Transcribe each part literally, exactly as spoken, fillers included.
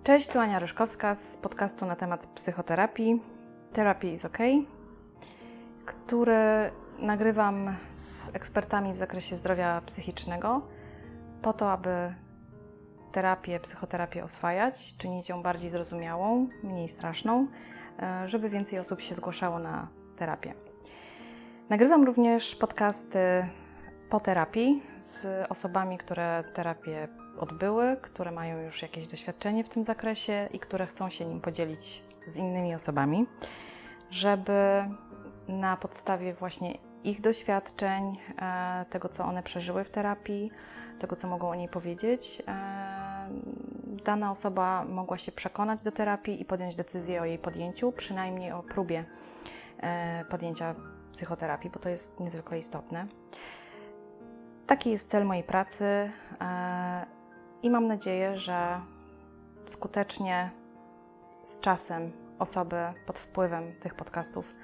Cześć, tu Ania Ryszkowska z podcastu na temat psychoterapii Therapy is OK, który nagrywam z ekspertami w zakresie zdrowia psychicznego po to, aby terapię, psychoterapię oswajać, czynić ją bardziej zrozumiałą, mniej straszną, żeby więcej osób się zgłaszało na terapię. Nagrywam również podcasty po terapii z osobami, które terapię odbyły, które mają już jakieś doświadczenie w tym zakresie i które chcą się nim podzielić z innymi osobami, żeby na podstawie właśnie ich doświadczeń, tego co one przeżyły w terapii, tego co mogą o niej powiedzieć, dana osoba mogła się przekonać do terapii i podjąć decyzję o jej podjęciu, przynajmniej o próbie podjęcia psychoterapii, bo to jest niezwykle istotne. Taki jest cel mojej pracy i mam nadzieję, że skutecznie z czasem osoby pod wpływem tych podcastów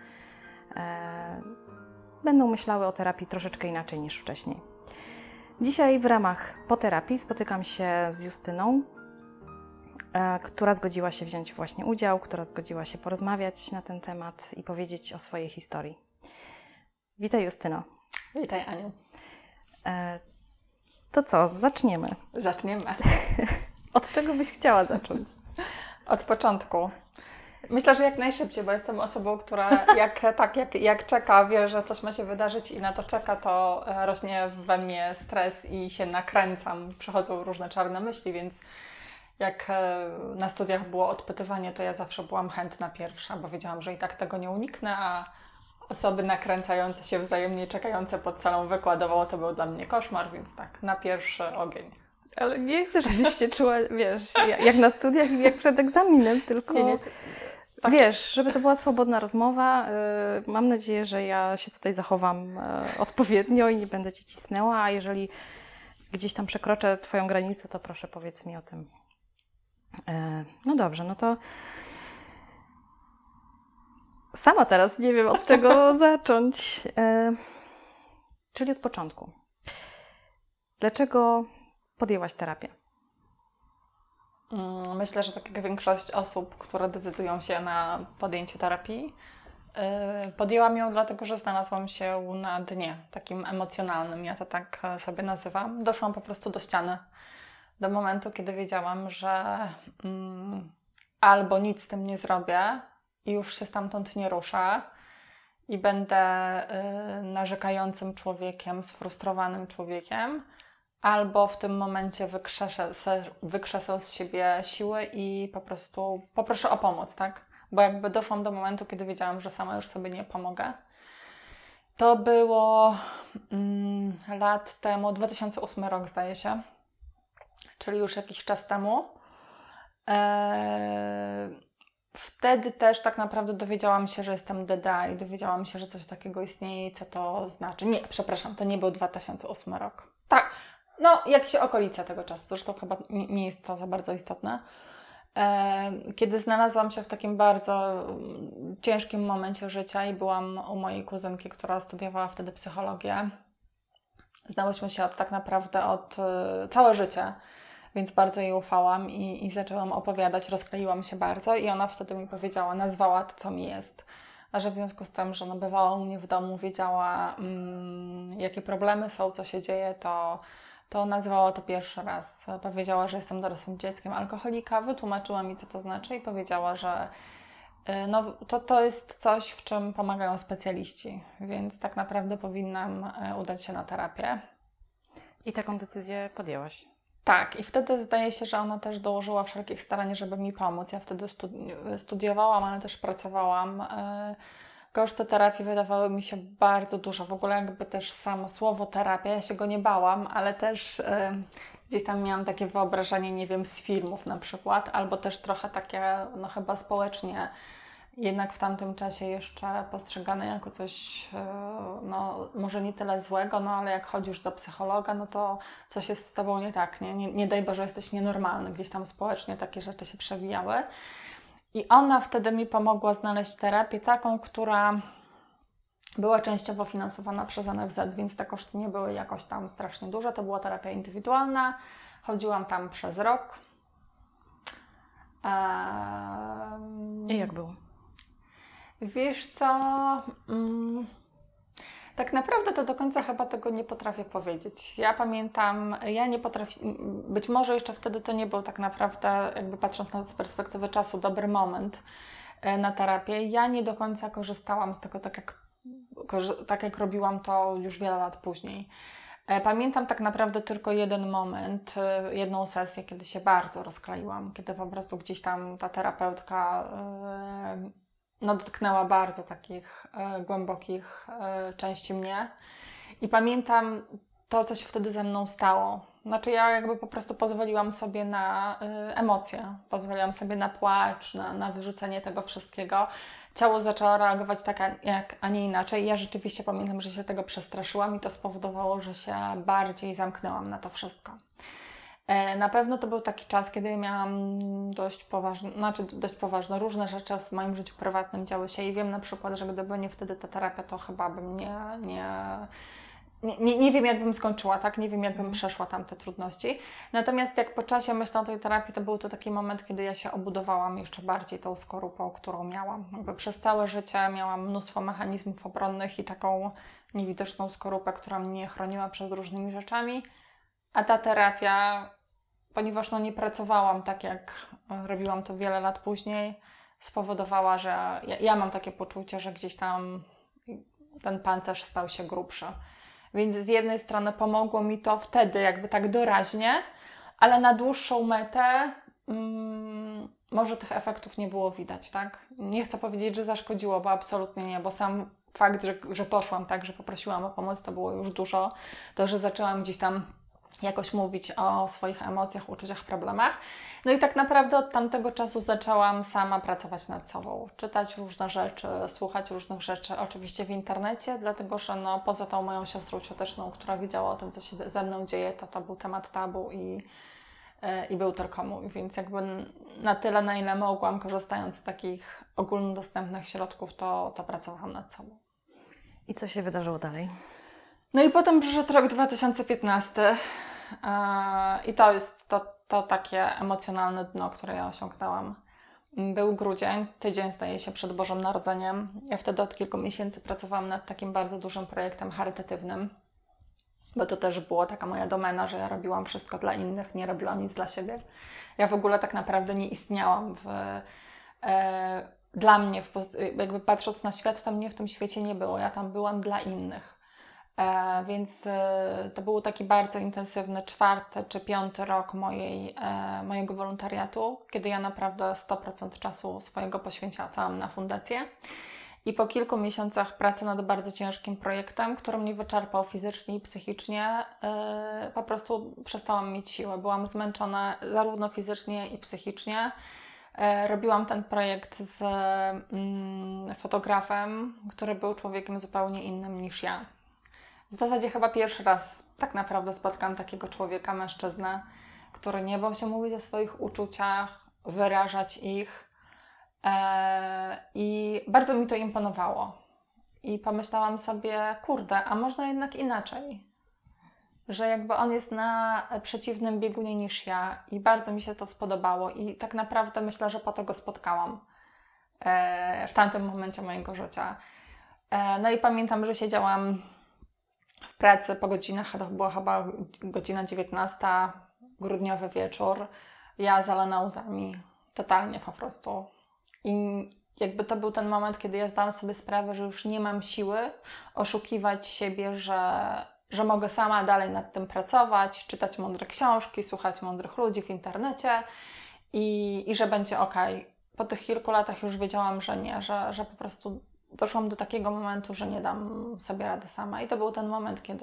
będą myślały o terapii troszeczkę inaczej niż wcześniej. Dzisiaj w ramach po terapii spotykam się z Justyną, która zgodziła się wziąć właśnie udział, która zgodziła się porozmawiać na ten temat i powiedzieć o swojej historii. Witaj, Justyno. Witaj, Aniu. To co, zaczniemy? Zaczniemy. Od czego byś chciała zacząć? Od początku. Myślę, że jak najszybciej, bo jestem osobą, która jak, tak, jak, jak czeka, wie, że coś ma się wydarzyć i na to czeka, to rośnie we mnie stres i się nakręcam. Przychodzą różne czarne myśli, więc jak na studiach było odpytywanie, to ja zawsze byłam chętna pierwsza, bo wiedziałam, że i tak tego nie uniknę, a osoby nakręcające się wzajemnie, czekające pod salą wykładową, to był dla mnie koszmar, więc tak, na pierwszy ogień. Ale nie chcę, żebyś się czuła, wiesz, jak na studiach i jak przed egzaminem, tylko nie, nie. Tak. Wiesz, żeby to była swobodna rozmowa. Mam nadzieję, że ja się tutaj zachowam odpowiednio i nie będę Cię cisnęła, a jeżeli gdzieś tam przekroczę Twoją granicę, to proszę powiedz mi o tym. No dobrze, no to sama teraz nie wiem, od czego zacząć. Czyli od początku. Dlaczego podjęłaś terapię? Myślę, że tak jak większość osób, które decydują się na podjęcie terapii, podjęłam ją dlatego, że znalazłam się na dnie takim emocjonalnym, ja to tak sobie nazywam. Doszłam po prostu do ściany, do momentu, kiedy wiedziałam, że mm, albo nic z tym nie zrobię i już się stamtąd nie ruszę i będę y, narzekającym człowiekiem, sfrustrowanym człowiekiem, albo w tym momencie wykrzesę, wykrzesę z siebie siły i po prostu poproszę o pomoc, tak? Bo jakby doszłam do momentu, kiedy wiedziałam, że sama już sobie nie pomogę. To było mm, lat temu, dwa tysiące ósmy rok zdaje się, czyli już jakiś czas temu. Eee, wtedy też tak naprawdę dowiedziałam się, że jestem D D i dowiedziałam się, że coś takiego istnieje i co to znaczy. Nie, przepraszam, to nie był dwa tysiące ósmy rok. Tak, no jakieś okolice tego czasu, zresztą chyba nie, nie jest to za bardzo istotne. Eee, kiedy znalazłam się w takim bardzo ciężkim momencie życia i byłam u mojej kuzynki, która studiowała wtedy psychologię. Znałyśmy się od tak naprawdę od y, całe życie, więc bardzo jej ufałam i, i zaczęłam opowiadać, rozkleiłam się bardzo i ona wtedy mi powiedziała, nazwała to, co mi jest. A że w związku z tym, że ona bywała u mnie w domu, wiedziała, mm, jakie problemy są, co się dzieje, to, to nazwała to pierwszy raz. Powiedziała, że jestem dorosłym dzieckiem alkoholika, wytłumaczyła mi, co to znaczy i powiedziała, że y, no, to, to jest coś, w czym pomagają specjaliści, więc tak naprawdę powinnam y, udać się na terapię. I taką decyzję podjęłaś? Tak, i wtedy zdaje się, że ona też dołożyła wszelkich starań, żeby mi pomóc. Ja wtedy studi- studiowałam, ale też pracowałam. Koszty terapii wydawały mi się bardzo duże. W ogóle jakby też samo słowo terapia, ja się go nie bałam, ale też gdzieś tam miałam takie wyobrażenie, nie wiem, z filmów na przykład, albo też trochę takie, no chyba społecznie, jednak w tamtym czasie jeszcze postrzegane jako coś, no może nie tyle złego, no ale jak chodzisz do psychologa, no to coś jest z Tobą nie tak, nie? Nie, nie daj Boże, jesteś nienormalny. Gdzieś tam społecznie takie rzeczy się przewijały. I ona wtedy mi pomogła znaleźć terapię taką, która była częściowo finansowana przez N F Z, więc te koszty nie były jakoś tam strasznie duże. To była terapia indywidualna. Chodziłam tam przez rok. Um, I jak było? Wiesz co, mm, tak naprawdę to do końca chyba tego nie potrafię powiedzieć. Ja pamiętam, ja nie potrafię, być może jeszcze wtedy to nie był tak naprawdę, jakby patrząc na to z perspektywy czasu, dobry moment na terapię. Ja nie do końca korzystałam z tego tak jak, tak jak robiłam to już wiele lat później. Pamiętam tak naprawdę tylko jeden moment, jedną sesję, kiedy się bardzo rozkleiłam, kiedy po prostu gdzieś tam ta terapeutka no, dotknęła bardzo takich e, głębokich e, części mnie. I pamiętam to, co się wtedy ze mną stało. Znaczy ja jakby po prostu pozwoliłam sobie na e, emocje, pozwoliłam sobie na płacz, na, na wyrzucenie tego wszystkiego. Ciało zaczęło reagować tak, a, jak, a nie inaczej. I ja rzeczywiście pamiętam, że się tego przestraszyłam i to spowodowało, że się bardziej zamknęłam na to wszystko. Na pewno to był taki czas, kiedy miałam dość poważne, znaczy dość poważne, różne rzeczy w moim życiu prywatnym działy się i wiem na przykład, że gdyby nie wtedy ta terapia, to chyba bym nie, nie, nie, nie wiem jak bym skończyła, tak? Nie wiem jak bym przeszła tam te trudności. Natomiast jak po czasie myślę o tej terapii, to był to taki moment, kiedy ja się obudowałam jeszcze bardziej tą skorupą, którą miałam. Jakby przez całe życie miałam mnóstwo mechanizmów obronnych i taką niewidoczną skorupę, która mnie chroniła przed różnymi rzeczami, a ta terapia, ponieważ no nie pracowałam tak, jak robiłam to wiele lat później, spowodowała, że ja, ja mam takie poczucie, że gdzieś tam ten pancerz stał się grubszy. Więc z jednej strony pomogło mi to wtedy jakby tak doraźnie, ale na dłuższą metę mm, może tych efektów nie było widać, tak? Nie chcę powiedzieć, że zaszkodziło, bo absolutnie nie, bo sam fakt, że, że poszłam tak, że poprosiłam o pomoc, to było już dużo. To, że zaczęłam gdzieś tam jakoś mówić o swoich emocjach, uczuciach, problemach. No i tak naprawdę od tamtego czasu zaczęłam sama pracować nad sobą. Czytać różne rzeczy, słuchać różnych rzeczy, oczywiście w internecie, dlatego że no, poza tą moją siostrą cioteczną, która wiedziała o tym, co się ze mną dzieje, to to był temat tabu i, yy, i był tylko mój. Więc jakby na tyle, na ile mogłam, korzystając z takich ogólnodostępnych środków, to, to pracowałam nad sobą. I co się wydarzyło dalej? No i potem przyszedł rok dwa tysiące piętnasty yy, i to jest to, to takie emocjonalne dno, które ja osiągnęłam. Był grudzień, tydzień zdaje się przed Bożym Narodzeniem. Ja wtedy od kilku miesięcy pracowałam nad takim bardzo dużym projektem charytatywnym, bo to też była taka moja domena, że ja robiłam wszystko dla innych, nie robiłam nic dla siebie. Ja w ogóle tak naprawdę nie istniałam w... Yy, dla mnie, w, jakby patrząc na świat, to mnie w tym świecie nie było. Ja tam byłam dla innych. E, więc e, to był taki bardzo intensywny czwarty czy piąty rok mojej, e, mojego wolontariatu, kiedy ja naprawdę sto procent czasu swojego poświęcałam na fundację. I po kilku miesiącach pracy nad bardzo ciężkim projektem, który mnie wyczerpał fizycznie i psychicznie, e, po prostu przestałam mieć siłę. Byłam zmęczona zarówno fizycznie i psychicznie. E, robiłam ten projekt z mm, fotografem, który był człowiekiem zupełnie innym niż ja. W zasadzie chyba pierwszy raz tak naprawdę spotkałam takiego człowieka, mężczyznę, który nie bał się mówić o swoich uczuciach, wyrażać ich e, i bardzo mi to imponowało. I pomyślałam sobie, kurde, a można jednak inaczej. Że jakby on jest na przeciwnym biegunie niż ja i bardzo mi się to spodobało i tak naprawdę myślę, że po to go spotkałam e, w tamtym momencie mojego życia. E, no i pamiętam, że siedziałam w pracy po godzinach, to była chyba godzina dziewiętnasta, grudniowy wieczór, ja zalana łzami, totalnie po prostu. I jakby to był ten moment, kiedy ja zdałam sobie sprawę, że już nie mam siły oszukiwać siebie, że, że mogę sama dalej nad tym pracować, czytać mądre książki, słuchać mądrych ludzi w internecie i, i że będzie okej. Po tych kilku latach już wiedziałam, że nie, że, że po prostu doszłam do takiego momentu, że nie dam sobie rady sama. I to był ten moment, kiedy,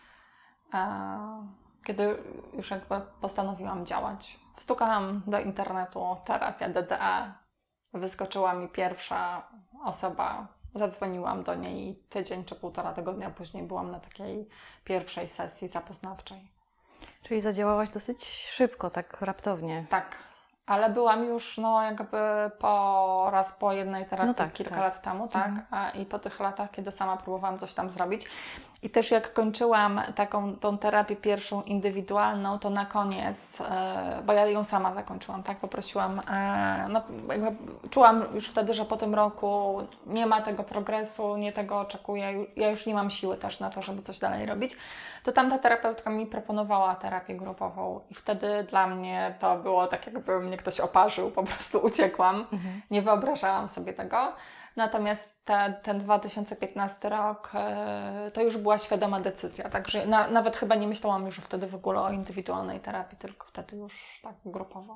e, kiedy już jakby postanowiłam działać. Wstukałam do internetu terapia D D E. Wyskoczyła mi pierwsza osoba. Zadzwoniłam do niej i tydzień czy półtora tygodnia później byłam na takiej pierwszej sesji zapoznawczej. Czyli zadziałałaś dosyć szybko, tak raptownie. Tak. Ale byłam już no jakby po raz po jednej terapii no tak, kilka tak. lat temu, tak? Mhm. A, i po tych latach, kiedy sama próbowałam coś tam zrobić. I też jak kończyłam taką tą terapię pierwszą indywidualną, to na koniec, e, bo ja ją sama zakończyłam, tak, poprosiłam, e, no jakby czułam już wtedy, że po tym roku nie ma tego progresu, nie tego oczekuję, ja już nie mam siły też na to, żeby coś dalej robić, to tamta terapeutka mi proponowała terapię grupową i wtedy dla mnie to było tak, jakby mnie ktoś oparzył, po prostu uciekłam, mhm. nie wyobrażałam sobie tego. Natomiast te, ten dwa tysiące piętnasty rok e, to już była świadoma decyzja, także na, nawet chyba nie myślałam już wtedy w ogóle o indywidualnej terapii, tylko wtedy już tak grupowo.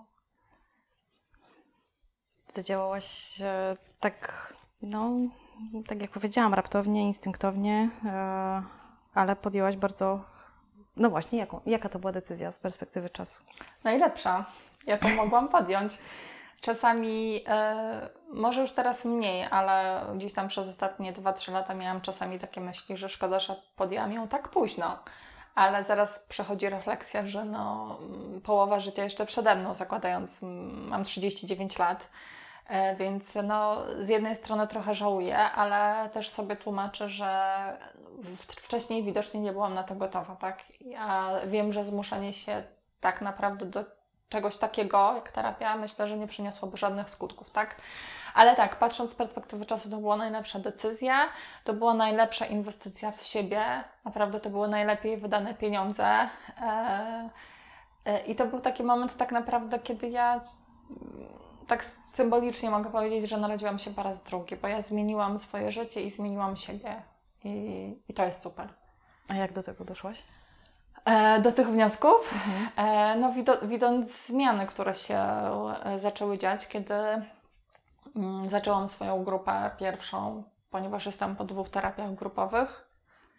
Zadziałałaś e, tak, no, tak jak powiedziałam, raptownie, instynktownie, e, ale podjęłaś bardzo, no właśnie, jaką, jaka to była decyzja z perspektywy czasu? Najlepsza, jaką mogłam podjąć. Czasami, e, może już teraz mniej, ale gdzieś tam przez ostatnie dwa trzy lata miałam czasami takie myśli, że szkoda, że podjęłam ją tak późno. Ale zaraz przychodzi refleksja, że no, połowa życia jeszcze przede mną, zakładając, mam trzydzieści dziewięć lat, e, więc no, z jednej strony trochę żałuję, ale też sobie tłumaczę, że w, wcześniej widocznie nie byłam na to gotowa, tak? Ja wiem, że zmuszanie się tak naprawdę do czegoś takiego jak terapia, myślę, że nie przyniosłoby żadnych skutków, tak? Ale tak, patrząc z perspektywy czasu, to była najlepsza decyzja, to była najlepsza inwestycja w siebie, naprawdę to były najlepiej wydane pieniądze e, e, i to był taki moment tak naprawdę, kiedy ja tak symbolicznie mogę powiedzieć, że narodziłam się po raz drugi, bo ja zmieniłam swoje życie i zmieniłam siebie i, i to jest super. A jak do tego doszłaś? Do tych wniosków? Mhm. No, wido- widząc zmiany, które się zaczęły dziać, kiedy mm, zaczęłam swoją grupę pierwszą, ponieważ jestem po dwóch terapiach grupowych.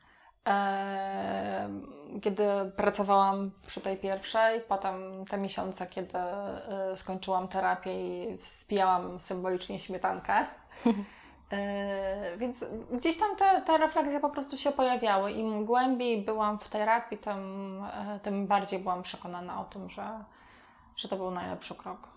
E, kiedy pracowałam przy tej pierwszej, potem te miesiące, kiedy y, skończyłam terapię i spijałam symbolicznie śmietankę. Yy, więc gdzieś tam te, te refleksje po prostu się pojawiały. Im głębiej byłam w terapii, tym, yy, tym bardziej byłam przekonana o tym, że, że to był najlepszy krok.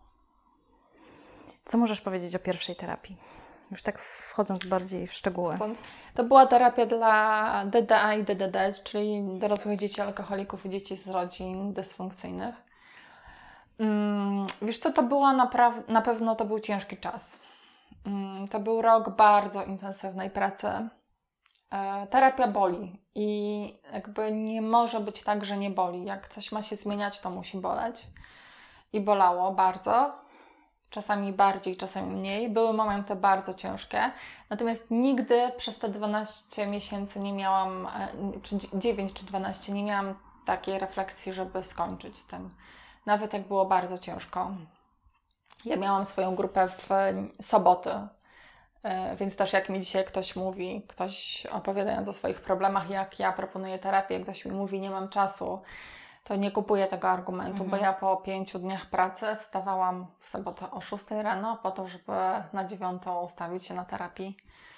Co możesz powiedzieć o pierwszej terapii? Już tak wchodząc bardziej w szczegóły. To była terapia dla D D A i D D D, czyli dorosłych dzieci alkoholików i dzieci z rodzin dysfunkcyjnych. Yy, wiesz co, to była naprawdę, na pewno to był ciężki czas. To był rok bardzo intensywnej pracy. E, terapia boli i jakby nie może być tak, że nie boli. Jak coś ma się zmieniać, to musi boleć. I bolało bardzo. Czasami bardziej, czasami mniej. Były momenty bardzo ciężkie. Natomiast nigdy przez te dwanaście miesięcy nie miałam, czy dziewięć czy dwanaście, nie miałam takiej refleksji, żeby skończyć z tym. Nawet jak było bardzo ciężko. Ja miałam swoją grupę w soboty, więc też jak mi dzisiaj ktoś mówi, ktoś opowiadając o swoich problemach, jak ja proponuję terapię, jak ktoś mi mówi, nie mam czasu, to nie kupuję tego argumentu, mhm. bo ja po pięciu dniach pracy wstawałam w sobotę o szóstej rano po to, żeby na dziewiątą ustawić się na terapii.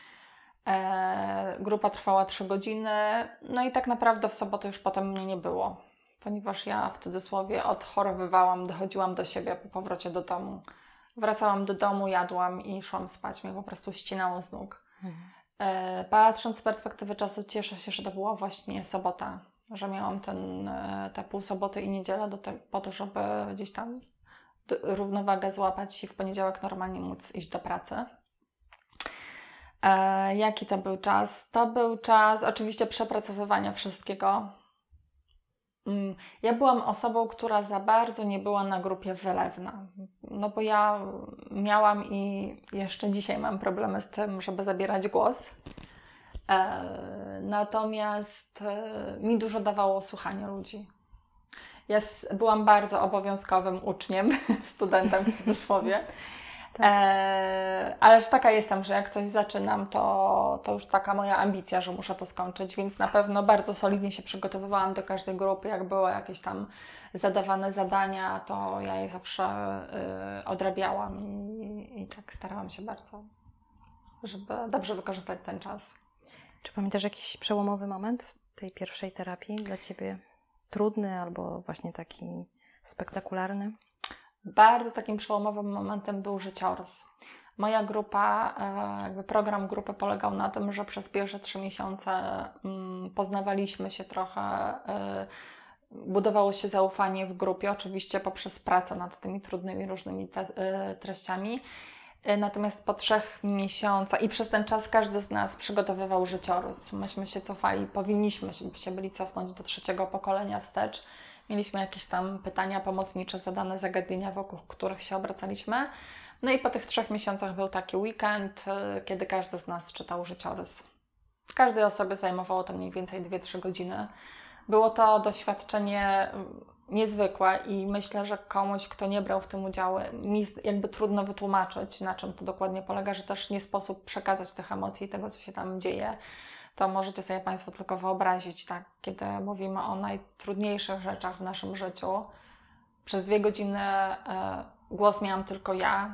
E, grupa trwała trzy godziny, no i tak naprawdę w sobotę już potem mnie nie było, ponieważ ja w cudzysłowie odchorowywałam, dochodziłam do siebie po powrocie do domu. Wracałam do domu, jadłam i szłam spać. Mnie po prostu ścinało z nóg. Mhm. E, patrząc z perspektywy czasu, cieszę się, że to była właśnie sobota. Że miałam ten, te pół soboty i niedzielę do te, po to, żeby gdzieś tam do, równowagę złapać i w poniedziałek normalnie móc iść do pracy. E, jaki to był czas? To był czas oczywiście przepracowywania wszystkiego. Ja byłam osobą, która za bardzo nie była na grupie wylewna, no bo ja miałam i jeszcze dzisiaj mam problemy z tym, żeby zabierać głos. E, natomiast e, mi dużo dawało słuchanie ludzi. Ja s- byłam bardzo obowiązkowym uczniem, studentem w cudzysłowie. Tak. E, ależ taka jestem, że jak coś zaczynam, to, to już taka moja ambicja, że muszę to skończyć, więc na pewno bardzo solidnie się przygotowywałam do każdej grupy. Jak były jakieś tam zadawane zadania, to ja je zawsze y, odrabiałam i, i tak starałam się bardzo, żeby dobrze wykorzystać ten czas. Czy pamiętasz jakiś przełomowy moment w tej pierwszej terapii dla Ciebie? Trudny albo właśnie taki spektakularny? Bardzo takim przełomowym momentem był życiorys. Moja grupa, jakby program grupy polegał na tym, że przez pierwsze trzy miesiące poznawaliśmy się trochę, budowało się zaufanie w grupie, oczywiście poprzez pracę nad tymi trudnymi różnymi te- treściami. Natomiast po trzech miesiącach i przez ten czas każdy z nas przygotowywał życiorys. Myśmy się cofali, powinniśmy się byli cofnąć do trzeciego pokolenia wstecz. Mieliśmy jakieś tam pytania pomocnicze, zadane zagadnienia, wokół których się obracaliśmy. No i po tych trzech miesiącach był taki weekend, kiedy każdy z nas czytał życiorys. Każdej osobie zajmowało to mniej więcej dwie trzy godziny. Było to doświadczenie niezwykłe i myślę, że komuś, kto nie brał w tym udziału, mi jakby trudno wytłumaczyć, na czym to dokładnie polega, że też nie sposób przekazać tych emocji i tego, co się tam dzieje. To możecie sobie Państwo tylko wyobrazić, tak, kiedy mówimy o najtrudniejszych rzeczach w naszym życiu. Przez dwie godziny e, głos miałam tylko ja.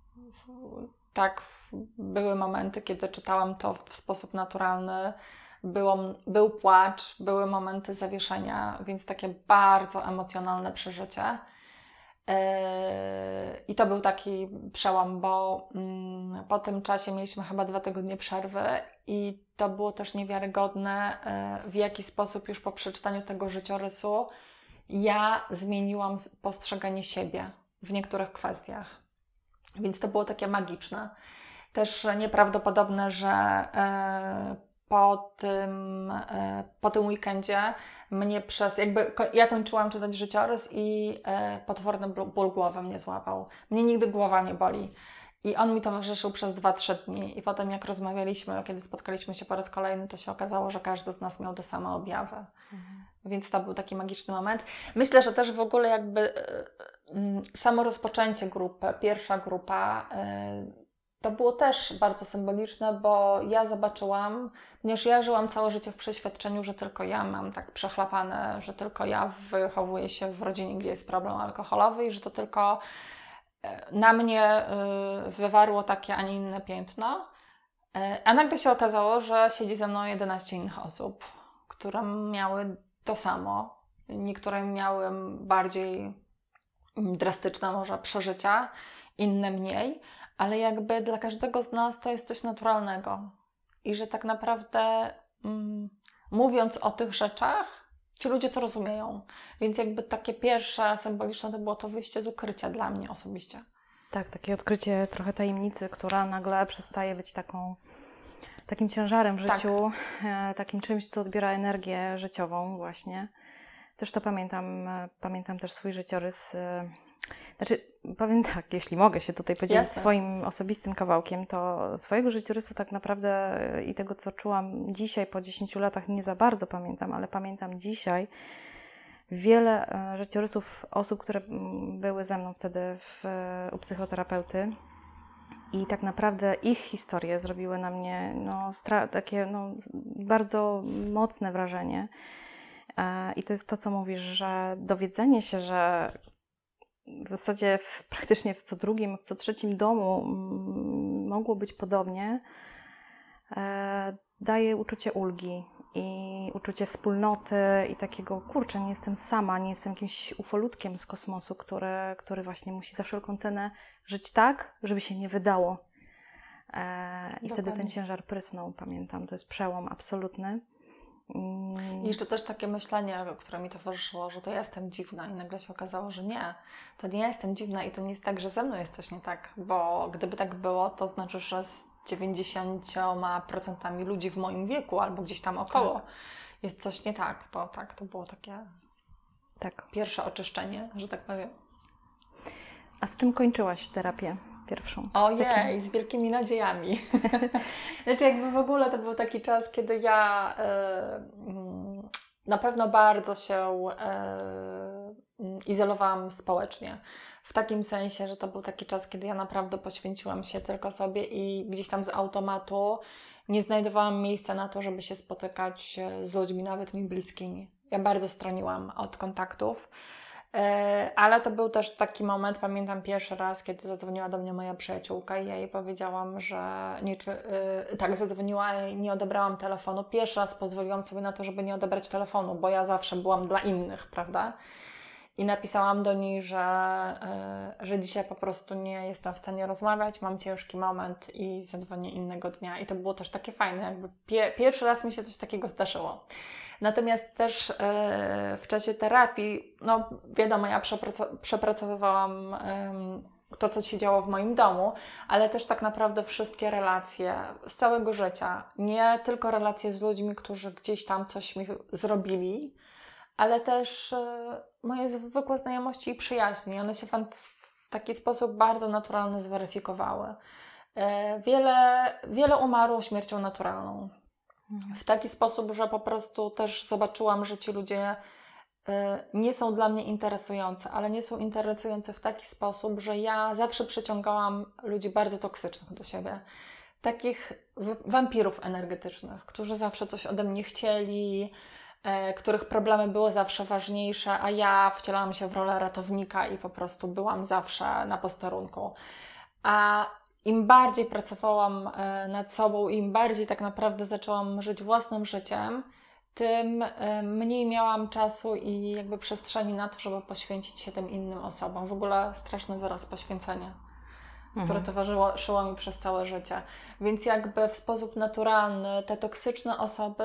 Tak, były momenty, kiedy czytałam to w sposób naturalny. Było, był płacz, były momenty zawieszenia, więc takie bardzo emocjonalne przeżycie. Yy, I to był taki przełom, bo yy, po tym czasie mieliśmy chyba dwa tygodnie przerwy i to było też niewiarygodne, yy, w jaki sposób już po przeczytaniu tego życiorysu ja zmieniłam postrzeganie siebie w niektórych kwestiach. Więc to było takie magiczne. Też nieprawdopodobne, że yy, po tym, po tym weekendzie mnie przez, jakby ja kończyłam czytać życiorys i potworny ból głowy mnie złapał. Mnie nigdy głowa nie boli. I on mi towarzyszył przez dwa trzy dni. I potem jak rozmawialiśmy, kiedy spotkaliśmy się po raz kolejny, to się okazało, że każdy z nas miał te same objawy. Mhm. Więc to był taki magiczny moment. Myślę, że też w ogóle jakby samo rozpoczęcie grupy, pierwsza grupa, to było też bardzo symboliczne, bo ja zobaczyłam, ponieważ ja żyłam całe życie w przeświadczeniu, że tylko ja mam tak przechlapane, że tylko ja wychowuję się w rodzinie, gdzie jest problem alkoholowy i że to tylko na mnie wywarło takie, a nie inne piętno. A nagle się okazało, że siedzi ze mną jedenaście innych osób, które miały to samo. Niektóre miały bardziej drastyczne może przeżycia, inne mniej. Ale jakby dla każdego z nas to jest coś naturalnego. I że tak naprawdę mm, mówiąc o tych rzeczach, ci ludzie to rozumieją. Więc jakby takie pierwsze symboliczne to było to wyjście z ukrycia dla mnie osobiście. Tak, takie odkrycie trochę tajemnicy, która nagle przestaje być taką, takim ciężarem w życiu, tak. e, takim czymś, co odbiera energię życiową właśnie. Też to pamiętam, pamiętam też swój życiorys. E, Znaczy, powiem tak, jeśli mogę się tutaj podzielić Jasne. swoim osobistym kawałkiem, to swojego życiorysu tak naprawdę i tego, co czułam dzisiaj po dziesięciu latach, nie za bardzo pamiętam, ale pamiętam dzisiaj wiele życiorysów osób, które były ze mną wtedy w, u psychoterapeuty i tak naprawdę ich historie zrobiły na mnie no, stra- takie no, bardzo mocne wrażenie. I to jest to, co mówisz, że dowiedzenie się, że w zasadzie w, praktycznie w co drugim, w co trzecim domu m, mogło być podobnie, e, daje uczucie ulgi i uczucie wspólnoty i takiego, kurczę, nie jestem sama, nie jestem jakimś ufolutkiem z kosmosu, który, który właśnie musi za wszelką cenę żyć tak, żeby się nie wydało. E, I wtedy ten ciężar prysnął, pamiętam, to jest przełom absolutny. I jeszcze też takie myślenie, które mi towarzyszyło, że to ja jestem dziwna i nagle się okazało, że nie, to nie ja jestem dziwna i to nie jest tak, że ze mną jest coś nie tak, bo gdyby tak było, to znaczy, że z dziewięćdziesięcioma procentami ludzi w moim wieku albo gdzieś tam około tak. jest coś nie tak. To tak, to było takie tak. pierwsze oczyszczenie, że tak powiem. A z czym kończyłaś terapię pierwszą? Ojej, z, z wielkimi nadziejami. Znaczy jakby w ogóle to był taki czas, kiedy ja y, na pewno bardzo się y, izolowałam społecznie. W takim sensie, że to był taki czas, kiedy ja naprawdę poświęciłam się tylko sobie i gdzieś tam z automatu nie znajdowałam miejsca na to, żeby się spotykać z ludźmi, nawet mi bliskimi. Ja bardzo stroniłam od kontaktów. Ale to był też taki moment, pamiętam pierwszy raz, kiedy zadzwoniła do mnie moja przyjaciółka i ja jej powiedziałam, że nie, czy, yy, tak, zadzwoniła i nie odebrałam telefonu. Pierwszy raz pozwoliłam sobie na to, żeby nie odebrać telefonu, bo ja zawsze byłam dla innych, prawda? I napisałam do niej, że, yy, że dzisiaj po prostu nie jestem w stanie rozmawiać, mam ciężki moment i zadzwonię innego dnia. I to było też takie fajne, jakby pie- pierwszy raz mi się coś takiego zdarzyło. Natomiast też yy, w czasie terapii, no wiadomo, ja przeprac- przepracowywałam yy, to, co się działo w moim domu, ale też tak naprawdę wszystkie relacje z całego życia. Nie tylko relacje z ludźmi, którzy gdzieś tam coś mi zrobili, ale też y, moje zwykłe znajomości i przyjaźnie. One się w, w taki sposób bardzo naturalny zweryfikowały. Y, wiele, wiele umarło śmiercią naturalną. Mhm. W taki sposób, że po prostu też zobaczyłam, że ci ludzie y, nie są dla mnie interesujące, ale nie są interesujące w taki sposób, że ja zawsze przyciągałam ludzi bardzo toksycznych do siebie. Takich w- wampirów energetycznych, którzy zawsze coś ode mnie chcieli, których problemy były zawsze ważniejsze, a ja wcielałam się w rolę ratownika i po prostu byłam zawsze na posterunku. A im bardziej pracowałam nad sobą, im bardziej tak naprawdę zaczęłam żyć własnym życiem, tym mniej miałam czasu i jakby przestrzeni na to, żeby poświęcić się tym innym osobom. W ogóle straszny wyraz poświęcenia, mhm. które towarzyszyło mi przez całe życie. Więc jakby w sposób naturalny te toksyczne osoby,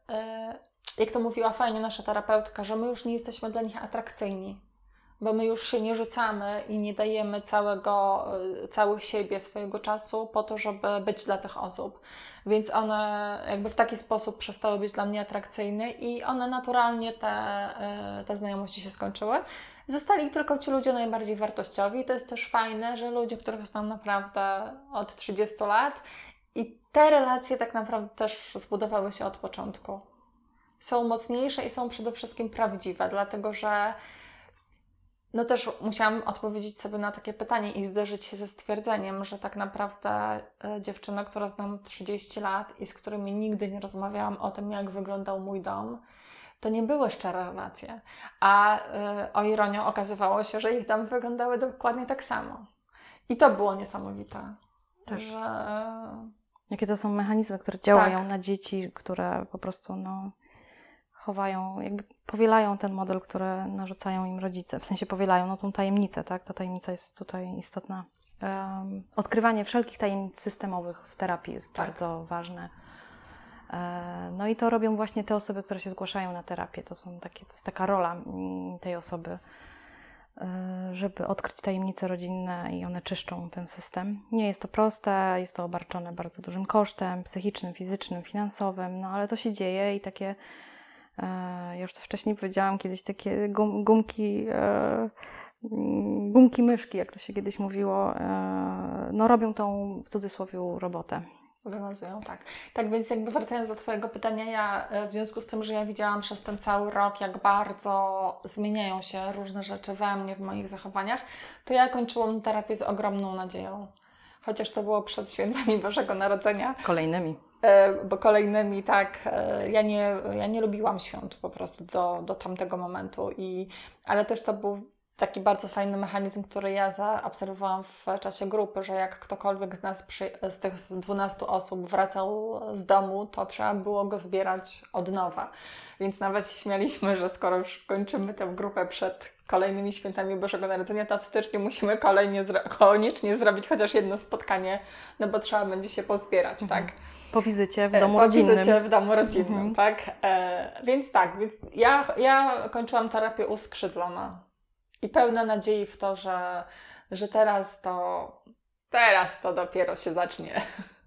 jak to mówiła fajnie nasza terapeutka, że my już nie jesteśmy dla nich atrakcyjni, bo my już się nie rzucamy i nie dajemy całego, całych siebie, swojego czasu po to, żeby być dla tych osób. Więc one jakby w taki sposób przestały być dla mnie atrakcyjne i one naturalnie, te, te znajomości się skończyły. Zostali tylko ci ludzie najbardziej wartościowi. To jest też fajne, że ludzie, których znam naprawdę od trzydziestu lat i te relacje tak naprawdę też zbudowały się od początku. Są mocniejsze i są przede wszystkim prawdziwe, dlatego że no też musiałam odpowiedzieć sobie na takie pytanie i zderzyć się ze stwierdzeniem, że tak naprawdę y, dziewczyny, które znam trzydzieści lat i z którymi nigdy nie rozmawiałam o tym, jak wyglądał mój dom, to nie były szczere relacje. A y, o ironię okazywało się, że ich domy wyglądały dokładnie tak samo. I to było niesamowite. Tak. Że... Jakie to są mechanizmy, które działają tak. na dzieci, które po prostu no... chowają, jakby powielają ten model, który narzucają im rodzice. W sensie powielają no, tą tajemnicę, tak? Ta tajemnica jest tutaj istotna. Um, odkrywanie wszelkich tajemnic systemowych w terapii jest tak. bardzo ważne. E, no i to robią właśnie te osoby, które się zgłaszają na terapię. To są takie, to jest taka rola tej osoby, e, żeby odkryć tajemnice rodzinne i one czyszczą ten system. Nie jest to proste, jest to obarczone bardzo dużym kosztem psychicznym, fizycznym, finansowym, no ale to się dzieje i takie ja już to wcześniej powiedziałam, kiedyś takie gum, gumki, e, gumki myszki, jak to się kiedyś mówiło, e, no robią tą w cudzysłowie robotę. Wymazują, tak. Tak więc jakby wracając do Twojego pytania, ja w związku z tym, że ja widziałam przez ten cały rok, jak bardzo zmieniają się różne rzeczy we mnie, w moich zachowaniach, to ja kończyłam terapię z ogromną nadzieją. Chociaż to było przed świętami Bożego Narodzenia. Kolejnymi. Bo kolejnymi, tak, ja nie, ja nie lubiłam świąt po prostu do, do tamtego momentu, i, ale też to był taki bardzo fajny mechanizm, który ja zaobserwowałam w czasie grupy, że jak ktokolwiek z nas, przy, z tych dwunastu osób wracał z domu, to trzeba było go zbierać od nowa. Więc nawet się śmialiśmy, że skoro już kończymy tę grupę przed kolejnymi świętami Bożego Narodzenia, to w styczniu musimy kolejnie zro- koniecznie zrobić chociaż jedno spotkanie, no bo trzeba będzie się pozbierać, mhm. tak? Po wizycie w domu po rodzinnym. Po wizycie w domu rodzinnym, mhm. tak? E, więc tak, więc ja, ja kończyłam terapię uskrzydlona i pełna nadziei w to, że, że teraz to, teraz to dopiero się zacznie.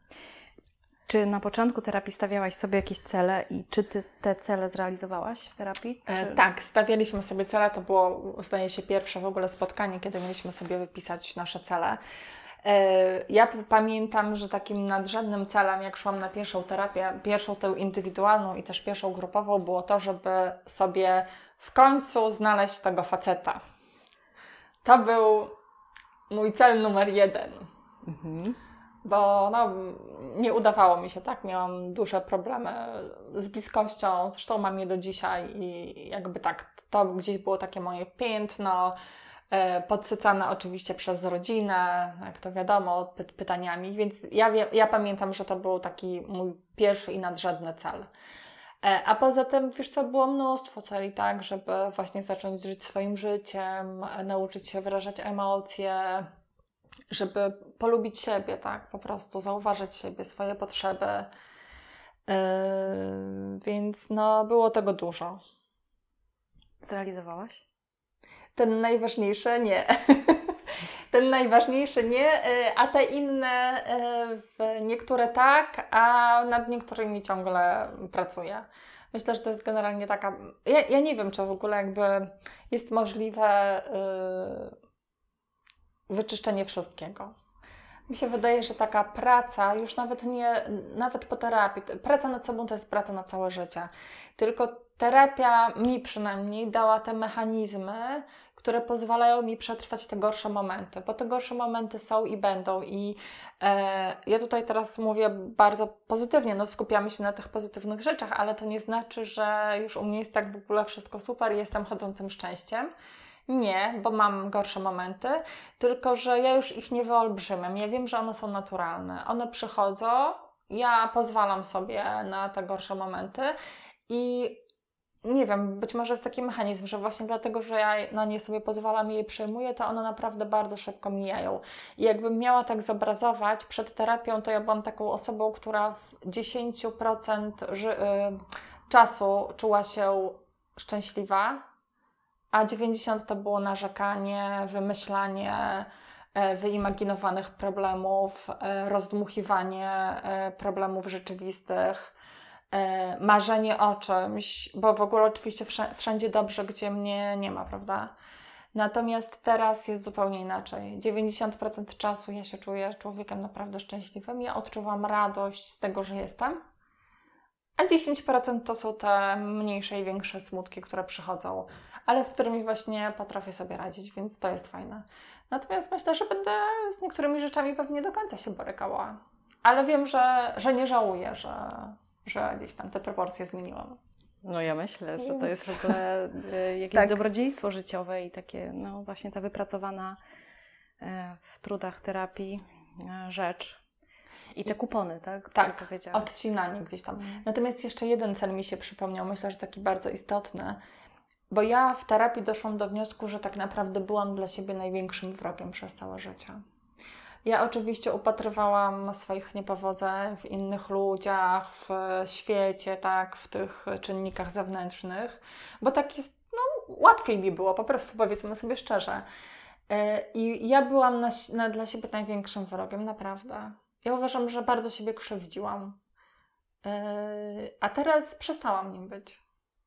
Czy na początku terapii stawiałaś sobie jakieś cele i czy Ty te cele zrealizowałaś w terapii? E, tak, stawialiśmy sobie cele. To było, zdaje się, pierwsze w ogóle spotkanie, kiedy mieliśmy sobie wypisać nasze cele. E, ja p- pamiętam, że takim nadrzędnym celem, jak szłam na pierwszą terapię, pierwszą tę indywidualną i też pierwszą grupową, było to, żeby sobie w końcu znaleźć tego faceta. To był mój cel numer jeden. Mhm. Bo no, nie udawało mi się, tak? Miałam duże problemy z bliskością, zresztą mam je do dzisiaj i jakby tak, to gdzieś było takie moje piętno, e, podsycane oczywiście przez rodzinę, jak to wiadomo, py- pytaniami, więc ja, wie, ja pamiętam, że to był taki mój pierwszy i nadrzędny cel. A poza tym, wiesz co, było mnóstwo celi, tak, żeby właśnie zacząć żyć swoim życiem, nauczyć się wyrażać emocje, żeby polubić siebie, tak, po prostu zauważyć siebie, swoje potrzeby. Yy, więc no, było tego dużo. Zrealizowałaś? Ten najważniejszy nie. Ten najważniejszy nie, a te inne, niektóre tak, a nad niektórymi ciągle pracuję. Myślę, że to jest generalnie taka... Ja, ja nie wiem, czy w ogóle jakby jest możliwe yy, wyczyszczenie wszystkiego. Mi się wydaje, że taka praca, już nawet nie, nawet po terapii, praca nad sobą to jest praca na całe życie. Tylko terapia mi przynajmniej dała te mechanizmy, które pozwalają mi przetrwać te gorsze momenty, bo te gorsze momenty są i będą i e, ja tutaj teraz mówię bardzo pozytywnie, no skupiamy się na tych pozytywnych rzeczach, ale to nie znaczy, że już u mnie jest tak w ogóle wszystko super i jestem chodzącym szczęściem. Nie, bo mam gorsze momenty, tylko że ja już ich nie wyolbrzymiam. Ja wiem, że one są naturalne. One przychodzą, ja pozwalam sobie na te gorsze momenty i nie wiem, być może jest taki mechanizm, że właśnie dlatego, że ja na nie sobie pozwalam i je przyjmuję, to one naprawdę bardzo szybko mijają. I jakbym miała tak zobrazować, przed terapią to ja byłam taką osobą, która w dziesięć procent ży- y- czasu czuła się szczęśliwa, a dziewięćdziesiąt procent to było narzekanie, wymyślanie e, wyimaginowanych problemów, e, rozdmuchiwanie e, problemów rzeczywistych, e, marzenie o czymś, bo w ogóle oczywiście wszędzie, wszędzie dobrze, gdzie mnie nie ma, prawda? Natomiast teraz jest zupełnie inaczej. dziewięćdziesiąt procent czasu ja się czuję człowiekiem naprawdę szczęśliwym, ja odczuwam radość z tego, że jestem, a dziesięć procent to są te mniejsze i większe smutki, które przychodzą, ale z którymi właśnie potrafię sobie radzić, więc to jest fajne. Natomiast myślę, że będę z niektórymi rzeczami pewnie do końca się borykała. Ale wiem, że, że nie żałuję, że, że gdzieś tam te proporcje zmieniłam. No ja myślę, że to jest w ogóle y, jakieś tak. dobrodziejstwo życiowe i takie, no właśnie ta wypracowana y, w trudach terapii y, rzecz. I te kupony, tak? Tak, odcinanie gdzieś tam. Mm. Natomiast jeszcze jeden cel mi się przypomniał, myślę, że taki bardzo istotny, bo ja w terapii doszłam do wniosku, że tak naprawdę byłam dla siebie największym wrogiem przez całe życie. Ja oczywiście upatrywałam swoich niepowodzeń w innych ludziach, w świecie, tak, w tych czynnikach zewnętrznych, bo tak jest, no łatwiej mi było, po prostu powiedzmy sobie szczerze. I ja byłam na, na, dla siebie największym wrogiem, naprawdę. Ja uważam, że bardzo siebie krzywdziłam. Yy, a teraz przestałam nim być.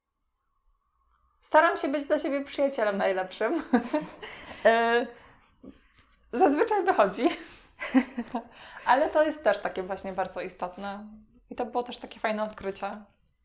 Staram się być dla siebie przyjacielem najlepszym. yy, zazwyczaj wychodzi. Ale to jest też takie właśnie bardzo istotne. I to było też takie fajne odkrycie.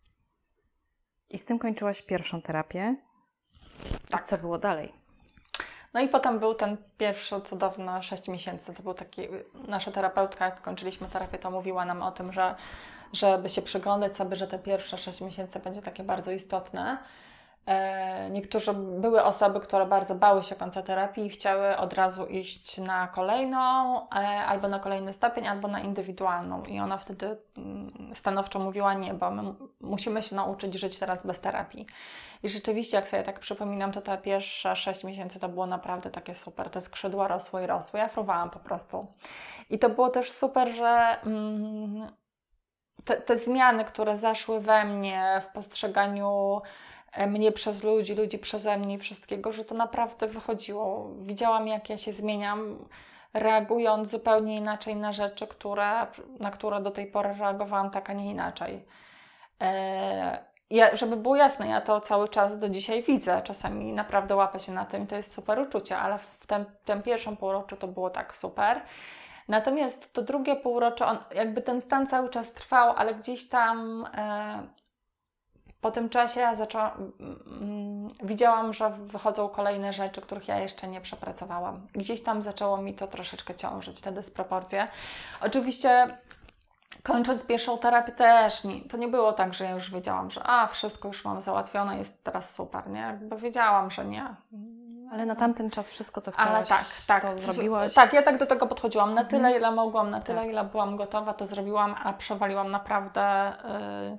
I z tym kończyłaś pierwszą terapię. Tak. A co było dalej? No i potem był ten pierwszy cudowny sześć miesięcy. To był taki, nasza terapeutka, jak kończyliśmy terapię, to mówiła nam o tym, że żeby się przyglądać sobie, że te pierwsze sześć miesięcy będzie takie bardzo istotne. E, niektórzy były osoby, które bardzo bały się końca terapii i chciały od razu iść na kolejną, e, albo na kolejny stopień, albo na indywidualną. I ona wtedy mm, stanowczo mówiła nie, bo my musimy się nauczyć żyć teraz bez terapii. I rzeczywiście, jak sobie tak przypominam, to te pierwsze sześć miesięcy to było naprawdę takie super. Te skrzydła rosły i rosły. Ja fruwałam po prostu. I to było też super, że mm, te, te zmiany, które zaszły we mnie w postrzeganiu mnie przez ludzi, ludzi przeze mnie, wszystkiego, że to naprawdę wychodziło. Widziałam, jak ja się zmieniam, reagując zupełnie inaczej na rzeczy, które, na które do tej pory reagowałam tak, a nie inaczej. E, ja, żeby było jasne, ja to cały czas do dzisiaj widzę. Czasami naprawdę łapę się na tym, to jest super uczucie, ale w tym, tym pierwszym półroczu to było tak super. Natomiast to drugie półrocze, on, jakby ten stan cały czas trwał, ale gdzieś tam e, po tym czasie ja zaczęłam, mm, widziałam, że wychodzą kolejne rzeczy, których ja jeszcze nie przepracowałam. Gdzieś tam zaczęło mi to troszeczkę ciążyć, te dysproporcje. Oczywiście kończąc pierwszą terapię też, nie, to nie było tak, że ja już wiedziałam, że a, wszystko już mam załatwione, jest teraz super, nie? Bo wiedziałam, że nie. Ale na tamten czas wszystko, co chciałaś, Ale tak, tak, to zrobiłaś? Tak, ja tak do tego podchodziłam. Na tyle, mhm. ile mogłam, na tyle, tak. ile byłam gotowa, to zrobiłam, a przewaliłam naprawdę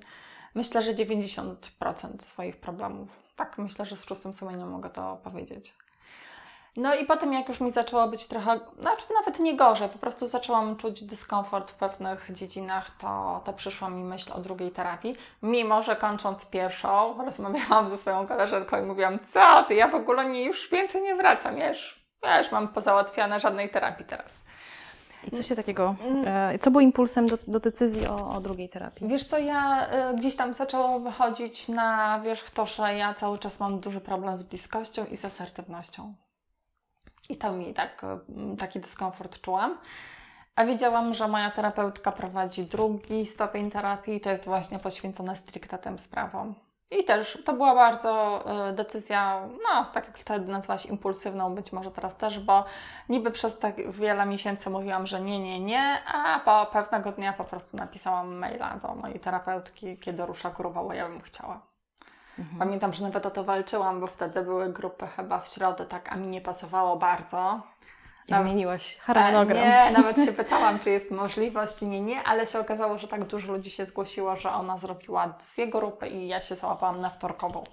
Myślę, że dziewięćdziesiąt procent swoich problemów. Tak, myślę, że z czystym sumieniem mogę to powiedzieć. No i potem jak już mi zaczęło być trochę, znaczy nawet nie gorzej, po prostu zaczęłam czuć dyskomfort w pewnych dziedzinach, to, to przyszła mi myśl o drugiej terapii. Mimo, że kończąc pierwszą, rozmawiałam ze swoją koleżanką i mówiłam, co ty, ja w ogóle nie, już więcej nie wracam, ja już, ja już mam pozałatwiane, żadnej terapii teraz. I co się takiego, e, co było impulsem do, do decyzji o, o drugiej terapii? Wiesz co, ja y, gdzieś tam zaczęło wychodzić na wierzch to, że ja cały czas mam duży problem z bliskością i z asertywnością. I to mi tak, taki dyskomfort czułam. A wiedziałam, że moja terapeutka prowadzi drugi stopień terapii i to jest właśnie poświęcone stricte tym sprawom. I też to była bardzo y, decyzja, no tak jak wtedy nazwałaś, impulsywną, być może teraz też, bo niby przez tak wiele miesięcy mówiłam, że nie, nie, nie, a po pewnego dnia po prostu napisałam maila do mojej terapeutki, kiedy rusza grupa, bo ja bym chciała. Mhm. Pamiętam, że nawet o to walczyłam, bo wtedy były grupy chyba w środę, tak, a mi nie pasowało bardzo. I nawet, zmieniłaś harmonogram. Nie, nawet się pytałam, czy jest możliwość, nie, nie, ale się okazało, że tak dużo ludzi się zgłosiło, że ona zrobiła dwie grupy i ja się załapałam na wtorkową.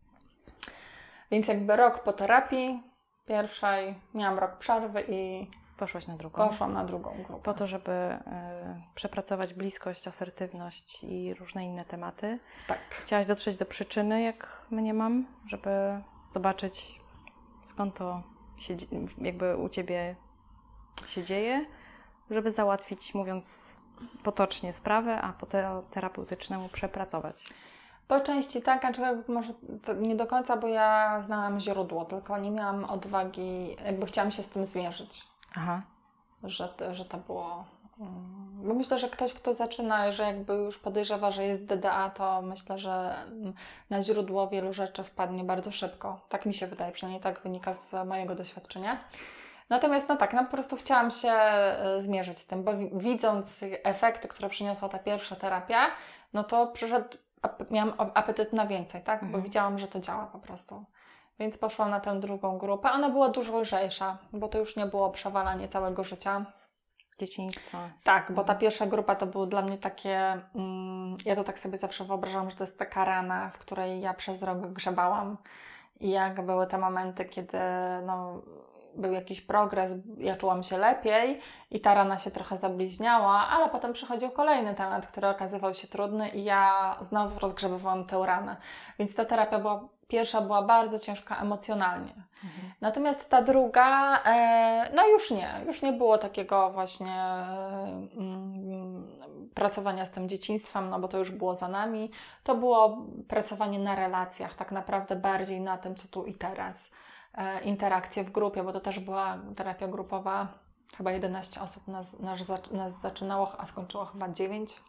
Więc jakby rok po terapii pierwszej, miałam rok przerwy i poszłaś na drugą. Poszłam na drugą grupę. Po to, żeby y, przepracować bliskość, asertywność i różne inne tematy. Tak. Chciałaś dotrzeć do przyczyny, jak mniemam, żeby zobaczyć, skąd to się, jakby u Ciebie się dzieje, żeby załatwić, mówiąc potocznie, sprawę, a po te, terapeutycznemu przepracować. Po części tak, aczkolwiek może nie do końca, bo ja znałam źródło, tylko nie miałam odwagi, jakby chciałam się z tym zmierzyć. Aha. Że, że to było... Bo myślę, że ktoś, kto zaczyna, że jakby już podejrzewa, że jest D D A, to myślę, że na źródło wielu rzeczy wpadnie bardzo szybko. Tak mi się wydaje, przynajmniej tak wynika z mojego doświadczenia. Natomiast no tak, no po prostu chciałam się zmierzyć z tym, bo widząc efekty, które przyniosła ta pierwsza terapia, no to przyszedł, miałam apetyt na więcej, tak? Mhm. Bo widziałam, że to działa po prostu. Więc poszłam na tę drugą grupę. Ona była dużo lżejsza, bo to już nie było przewalanie całego życia. Dzieciństwa. Tak, bo ta pierwsza grupa to było dla mnie takie, mm, ja to tak sobie zawsze wyobrażam, że to jest taka rana, w której ja przez rok grzebałam i jak były te momenty, kiedy no, był jakiś progres, ja czułam się lepiej i ta rana się trochę zabliźniała, ale potem przychodził kolejny temat, który okazywał się trudny i ja znowu rozgrzebywałam tę ranę. Więc ta terapia była, pierwsza była bardzo ciężka emocjonalnie. Mhm. Natomiast ta druga, e, no już nie, już nie było takiego właśnie e, mm, pracowania z tym dzieciństwem, no bo to już było za nami. To było pracowanie na relacjach, tak naprawdę bardziej na tym, co tu i teraz. E, interakcje w grupie, bo to też była terapia grupowa, chyba jedenaście osób nas, nas, nas zaczynało, a skończyło chyba dziewięć.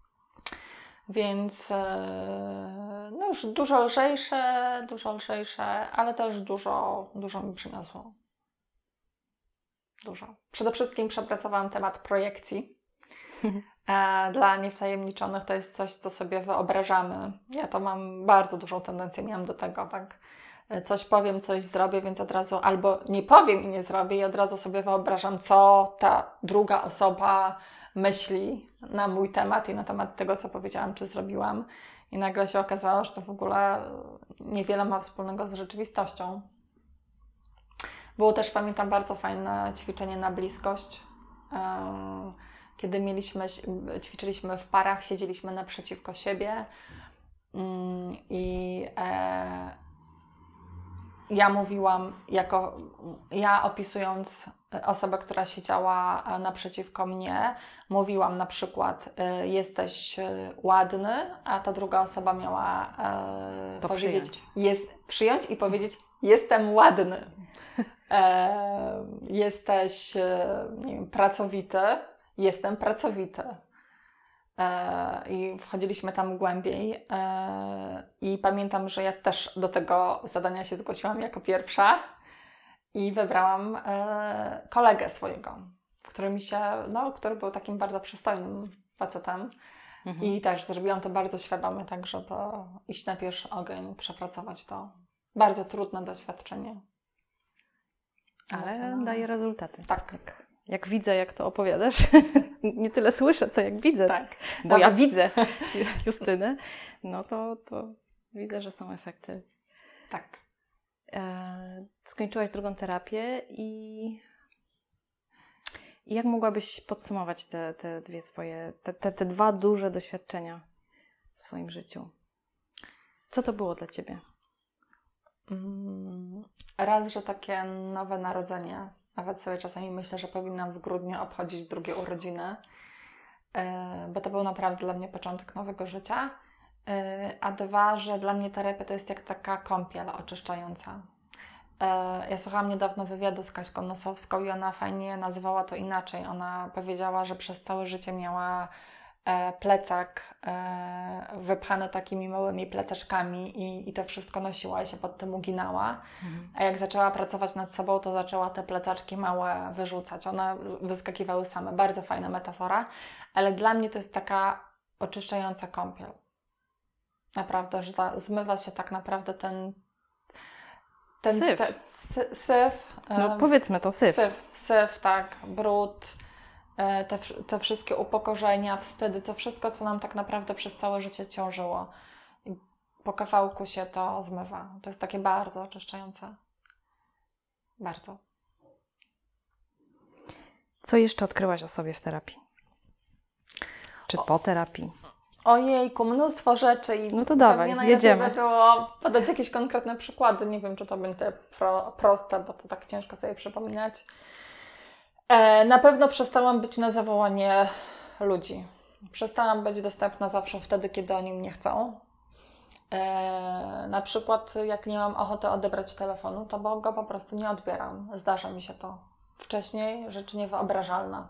Więc no już dużo lżejsze, dużo lżejsze, ale też dużo, dużo mi przyniosło. Dużo. Przede wszystkim przepracowałam temat projekcji. Dla niewtajemniczonych to jest coś, co sobie wyobrażamy. Ja to mam bardzo dużą tendencję, miałam do tego, tak. Coś powiem, coś zrobię, więc od razu albo nie powiem i nie zrobię i od razu sobie wyobrażam, co ta druga osoba myśli na mój temat i na temat tego, co powiedziałam, czy zrobiłam. I nagle się okazało, że to w ogóle niewiele ma wspólnego z rzeczywistością. Było też, pamiętam, bardzo fajne ćwiczenie na bliskość. Kiedy mieliśmy, ćwiczyliśmy w parach, siedzieliśmy naprzeciwko siebie i ja mówiłam, jako ja opisując osobę, która siedziała naprzeciwko mnie, mówiłam na przykład jesteś ładny, a ta druga osoba miała e, powiedzieć przyjąć. Jest, przyjąć i powiedzieć jestem ładny. E, jesteś nie wiem, pracowity, jestem pracowity. I wchodziliśmy tam głębiej i pamiętam, że ja też do tego zadania się zgłosiłam jako pierwsza i wybrałam kolegę swojego, który mi się, no, który był takim bardzo przystojnym facetem mhm. i też zrobiłam to bardzo świadomie, tak żeby iść na pierwszy ogień, przepracować to. Bardzo trudne doświadczenie. Ale daje rezultaty. Tak. Jak jak widzę, jak to opowiadasz, nie tyle słyszę, co jak widzę, Tak. bo Nawet... ja widzę Justynę, no to, to widzę, że są efekty. Tak. E, skończyłaś drugą terapię i, i jak mogłabyś podsumować te, te dwie swoje, te, te, te dwa duże doświadczenia w swoim życiu? Co to było dla Ciebie? Raz, że takie nowe narodzenie. Nawet sobie czasami myślę, że powinnam w grudniu obchodzić drugie urodziny, bo to był naprawdę dla mnie początek nowego życia. A dwa, że dla mnie terapia to jest jak taka kąpiel oczyszczająca. Ja słuchałam niedawno wywiadu z Kaśką Nosowską i ona fajnie nazywała to inaczej. Ona powiedziała, że przez całe życie miała plecak wypchany takimi małymi plecaczkami i, i to wszystko nosiła i się pod tym uginała. Mhm. A jak zaczęła pracować nad sobą, to zaczęła te plecaczki małe wyrzucać. One wyskakiwały same. Bardzo fajna metafora, ale dla mnie to jest taka oczyszczająca kąpiel. Naprawdę, że ta, zmywa się tak naprawdę ten, ten syf. Te, sy, syf no um, powiedzmy to syf. Syf, syf tak, brud, te, te wszystkie upokorzenia, wstydy, co wszystko, co nam tak naprawdę przez całe życie ciążyło. I po kawałku się to zmywa. To jest takie bardzo oczyszczające. Bardzo. Co jeszcze odkryłaś o sobie w terapii? Czy o. po terapii? Ojejku, mnóstwo rzeczy i no to dawaj, jedziemy. Było podać jakieś konkretne przykłady. Nie wiem, czy to będzie pro, proste, bo to tak ciężko sobie przypominać. E, na pewno przestałam być na zawołanie ludzi. Przestałam być dostępna zawsze wtedy, kiedy oni mnie chcą. E, na przykład, jak nie mam ochoty odebrać telefonu, to bo go po prostu nie odbieram. Zdarza mi się to. Wcześniej rzecz niewyobrażalna.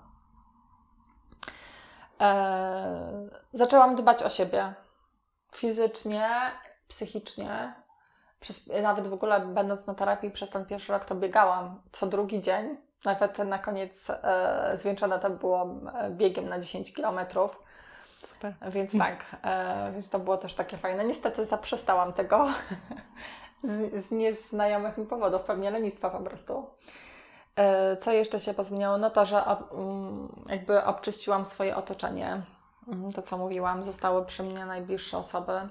E, zaczęłam dbać o siebie fizycznie, psychicznie. Przez, nawet w ogóle będąc na terapii przez ten pierwszy rok to biegałam co drugi dzień. Nawet na koniec e, zwieńczone to było biegiem na dziesięć kilometrów. Super. Więc tak, e, więc to było też takie fajne. Niestety zaprzestałam tego z, z nieznajomych mi powodów, pewnie lenistwa po prostu. Co jeszcze się pozmieniało? No to, że ob, jakby obczyściłam swoje otoczenie. To, co mówiłam, zostały przy mnie najbliższe osoby.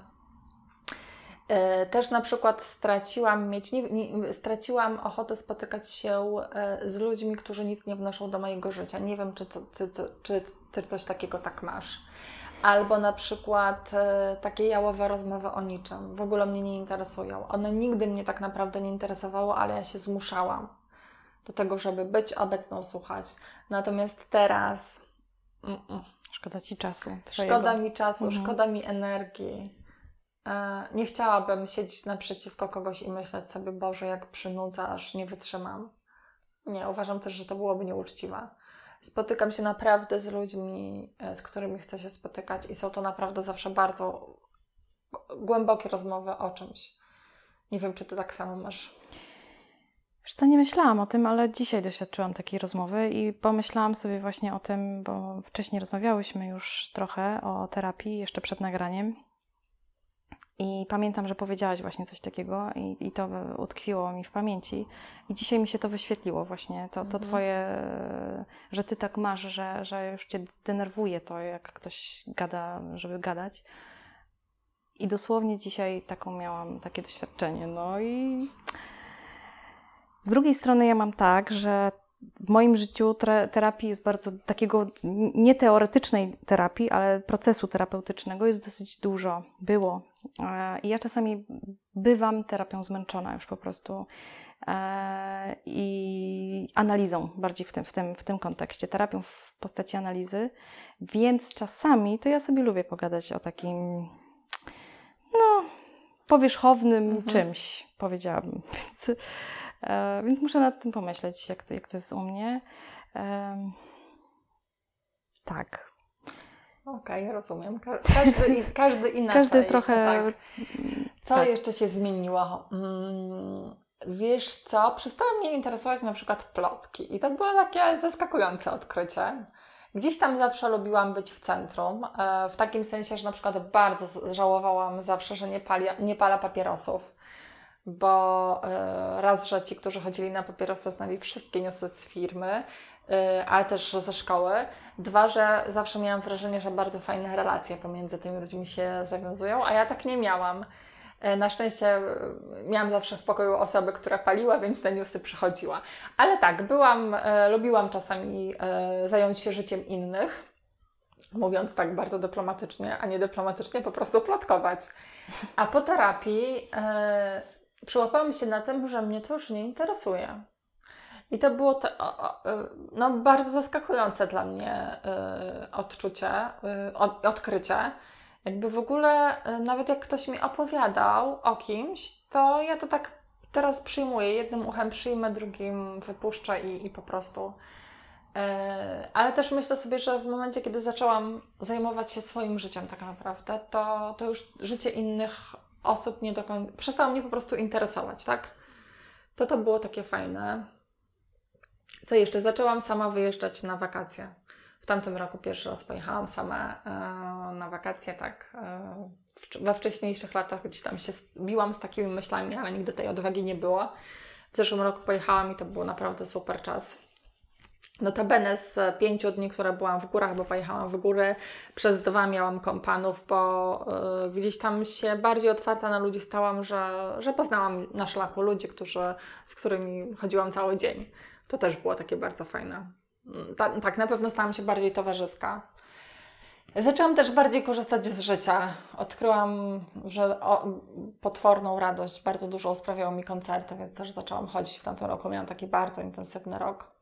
Też na przykład straciłam mieć, nie, nie, straciłam ochotę spotykać się z ludźmi, którzy nic nie wnoszą do mojego życia. Nie wiem, czy, to, czy, czy, czy Ty coś takiego tak masz. Albo na przykład takie jałowe rozmowy o niczym. W ogóle mnie nie interesują. One nigdy mnie tak naprawdę nie interesowały, ale ja się zmuszałam do tego, żeby być obecną, słuchać. Natomiast teraz mm-mm. szkoda Ci czasu. Twojego. Szkoda mi czasu, mhm. szkoda mi energii. E, nie chciałabym siedzieć naprzeciwko kogoś i myśleć sobie, Boże, jak przynudza, aż nie wytrzymam. Nie, uważam też, że to byłoby nieuczciwe. Spotykam się naprawdę z ludźmi, z którymi chcę się spotykać i są to naprawdę zawsze bardzo głębokie rozmowy o czymś. Nie wiem, czy Ty tak samo masz. Wiesz co, nie myślałam o tym, ale dzisiaj doświadczyłam takiej rozmowy i pomyślałam sobie właśnie o tym, bo wcześniej rozmawiałyśmy już trochę o terapii, jeszcze przed nagraniem. I pamiętam, że powiedziałaś właśnie coś takiego i, i to utkwiło mi w pamięci. I dzisiaj mi się to wyświetliło właśnie, to, to mhm. Twoje, że Ty tak masz, że, że już Cię denerwuje to, jak ktoś gada, żeby gadać. I dosłownie dzisiaj taką miałam, takie doświadczenie. No i z drugiej strony ja mam tak, że w moim życiu terapii jest bardzo takiego, nie teoretycznej terapii, ale procesu terapeutycznego jest dosyć dużo, było. I ja czasami bywam terapią zmęczona już po prostu i analizą bardziej w tym, w tym, w tym kontekście, terapią w postaci analizy, więc czasami to ja sobie lubię pogadać o takim, no, powierzchownym mhm. czymś, powiedziałabym, więc... E, więc muszę nad tym pomyśleć, jak to, jak to jest u mnie. E, tak. Okej, okay, rozumiem. Ka- każdy, każdy inaczej. Każdy trochę... Tak. Co tak. jeszcze się zmieniło? Hmm, wiesz co? Przestały mnie interesować na przykład plotki i to było takie zaskakujące odkrycie. Gdzieś tam zawsze lubiłam być w centrum, e, w takim sensie, że na przykład bardzo żałowałam zawsze, że nie, pali, nie palę papierosów. Bo y, raz, że ci, którzy chodzili na papierosa, znali wszystkie newsy z firmy, ale też ze szkoły. Dwa, że zawsze miałam wrażenie, że bardzo fajne relacje pomiędzy tymi ludźmi się zawiązują, a ja tak nie miałam. Na szczęście miałam zawsze w pokoju osobę, która paliła, więc te newsy przychodziła. Ale tak, byłam, lubiłam czasami zająć się życiem innych, mówiąc tak bardzo dyplomatycznie, a nie dyplomatycznie, po prostu plotkować. A po terapii e, przyłapałam się na tym, że mnie to już nie interesuje. I to było to, o, o, no, bardzo zaskakujące dla mnie e, odczucie, e, od, odkrycie. Jakby w ogóle, e, nawet jak ktoś mi opowiadał o kimś, to ja to tak teraz przyjmuję. Jednym uchem przyjmę, drugim wypuszczę i, i po prostu... Ale też myślę sobie, że w momencie, kiedy zaczęłam zajmować się swoim życiem tak naprawdę, to, to już życie innych osób nie do końca... przestało mnie po prostu interesować, tak? To to było takie fajne. Co jeszcze? Zaczęłam sama wyjeżdżać na wakacje. W tamtym roku pierwszy raz pojechałam sama e, na wakacje, tak. E, w, we wcześniejszych latach gdzieś tam się biłam z takimi myślami, ale nigdy tej odwagi nie było. W zeszłym roku pojechałam i to był naprawdę super czas. Notabene z pięciu dni, które byłam w górach, bo pojechałam w góry, przez dwa miałam kompanów, bo y, gdzieś tam się bardziej otwarta na ludzi stałam, że, że poznałam na szlaku ludzi, którzy, z którymi chodziłam cały dzień. To też było takie bardzo fajne. Ta, tak, na pewno stałam się bardziej towarzyska. Zaczęłam też bardziej korzystać z życia. Odkryłam, że o, potworną radość bardzo dużo sprawiały mi koncerty, więc też zaczęłam chodzić w tamtym roku. Miałam taki bardzo intensywny rok.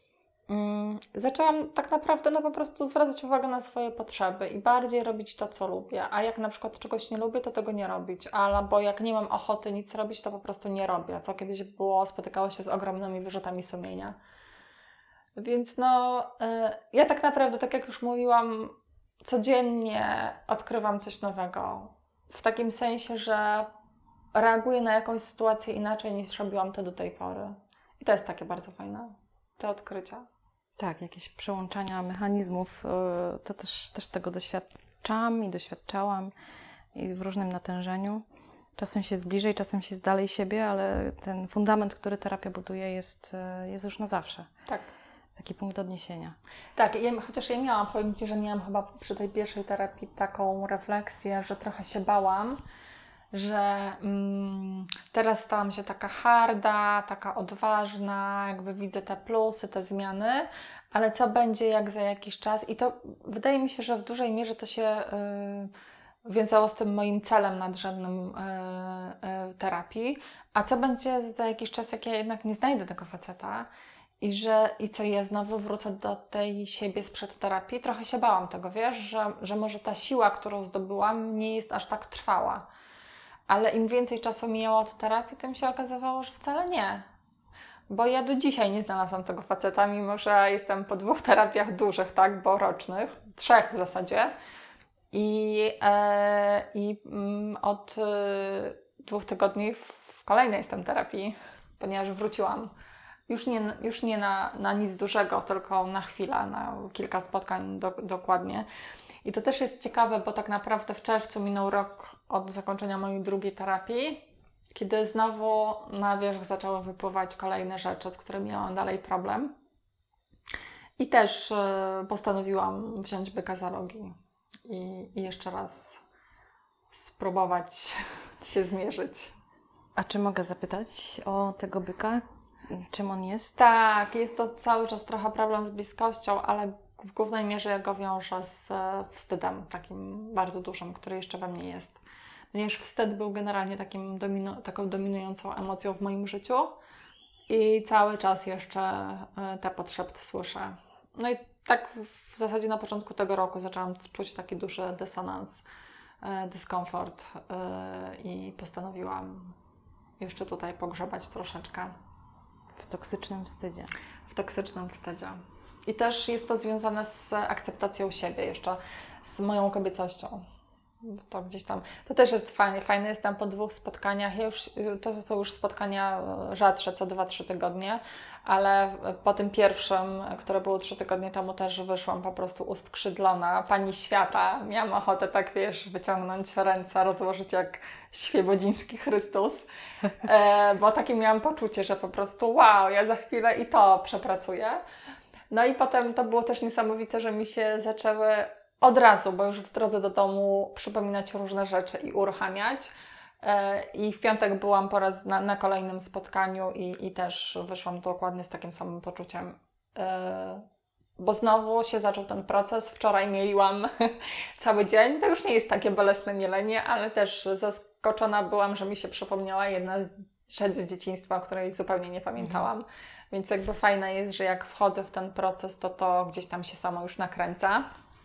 Zaczęłam tak naprawdę no po prostu zwracać uwagę na swoje potrzeby i bardziej robić to, co lubię. A jak na przykład czegoś nie lubię, to tego nie robić. Albo jak nie mam ochoty nic robić, to po prostu nie robię. Co kiedyś było, spotykało się z ogromnymi wyrzutami sumienia. Więc no, yy, ja tak naprawdę, tak jak już mówiłam, codziennie odkrywam coś nowego. W takim sensie, że reaguję na jakąś sytuację inaczej niż robiłam to do tej pory. I to jest takie bardzo fajne, te odkrycia. Tak, jakieś przełączania mechanizmów, to też, też tego doświadczam i doświadczałam i w różnym natężeniu. Czasem się jest bliżej, czasem się jest dalej siebie, ale ten fundament, który terapia buduje, jest, jest już na zawsze. Tak. Taki punkt odniesienia. Tak, ja, chociaż ja miałam, powiem Ci, że miałam chyba przy tej pierwszej terapii taką refleksję, że trochę się bałam, że mm, teraz stałam się taka harda, taka odważna, jakby widzę te plusy, te zmiany, ale co będzie jak za jakiś czas? I to wydaje mi się, że w dużej mierze to się y, wiązało z tym moim celem nadrzędnym y, y, terapii. A co będzie za jakiś czas, jak ja jednak nie znajdę tego faceta? I że i co, ja znowu wrócę do tej siebie sprzed terapii? Trochę się bałam tego, wiesz, że, że może ta siła, którą zdobyłam, nie jest aż tak trwała. Ale im więcej czasu mijało od terapii, tym się okazywało, że wcale nie. Bo ja do dzisiaj nie znalazłam tego faceta, mimo że jestem po dwóch terapiach dużych, tak, bo rocznych, trzech w zasadzie. I, e, i mm, od e, dwóch tygodni w, w kolejnej jestem terapii, ponieważ wróciłam. Już nie, już nie na, na nic dużego, tylko na chwilę, na kilka spotkań do, dokładnie. I to też jest ciekawe, bo tak naprawdę w czerwcu minął rok od zakończenia mojej drugiej terapii, kiedy znowu na wierzch zaczęły wypływać kolejne rzeczy, z którymi miałam dalej problem. I też y, postanowiłam wziąć byka za rogi i, i jeszcze raz spróbować się zmierzyć. A czy mogę zapytać o tego byka? Czym on jest? Tak, jest to cały czas trochę problem z bliskością, ale w głównej mierze ja go wiążę z wstydem, takim bardzo dużym, który jeszcze we mnie jest. Ponieważ wstyd był generalnie takim dominu- taką dominującą emocją w moim życiu i cały czas jeszcze te podszepty słyszę. No i tak w zasadzie na początku tego roku zaczęłam czuć taki duży dysonans, dyskomfort i postanowiłam jeszcze tutaj pogrzebać troszeczkę. W toksycznym wstydzie. W toksycznym wstydzie. I też jest to związane z akceptacją siebie, jeszcze z moją kobiecością. To gdzieś tam, to też jest fajne. Fajne jest tam po dwóch spotkaniach. Ja już, to, to już spotkania rzadsze, co dwa, trzy tygodnie, ale po tym pierwszym, które było trzy tygodnie temu, też wyszłam po prostu uskrzydlona, pani świata. Miałam ochotę, tak wiesz, wyciągnąć ręce, rozłożyć jak świebodziński Chrystus, e, bo takie miałam poczucie, że po prostu wow, ja za chwilę i to przepracuję. No i potem to było też niesamowite, że mi się zaczęły od razu, bo już w drodze do domu przypominać różne rzeczy i uruchamiać. I w piątek byłam po raz na, na kolejnym spotkaniu i, i też wyszłam dokładnie z takim samym poczuciem, yy, bo znowu się zaczął ten proces. Wczoraj mieliłam cały dzień, to już nie jest takie bolesne mielenie, ale też zaskoczona byłam, że mi się przypomniała jedna rzecz z dzieciństwa, o której zupełnie nie pamiętałam. Mhm. Więc jakby fajne jest, że jak wchodzę w ten proces, to to gdzieś tam się samo już nakręca.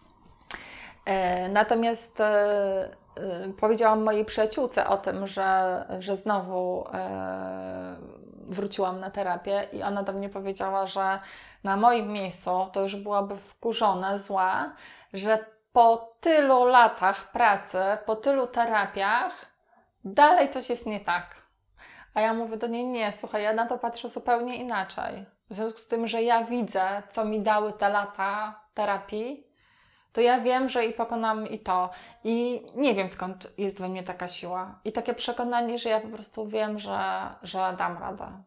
Yy, natomiast yy, powiedziałam mojej przyjaciółce o tym, że, że znowu e, wróciłam na terapię i ona do mnie powiedziała, że na moim miejscu to już byłaby wkurzona, zła, że po tylu latach pracy, po tylu terapiach dalej coś jest nie tak. A ja mówię do niej, nie, słuchaj, ja na to patrzę zupełnie inaczej. W związku z tym, że ja widzę, co mi dały te lata terapii, to ja wiem, że i pokonam i to. I nie wiem, skąd jest we mnie taka siła. I takie przekonanie, że ja po prostu wiem, że, że dam radę.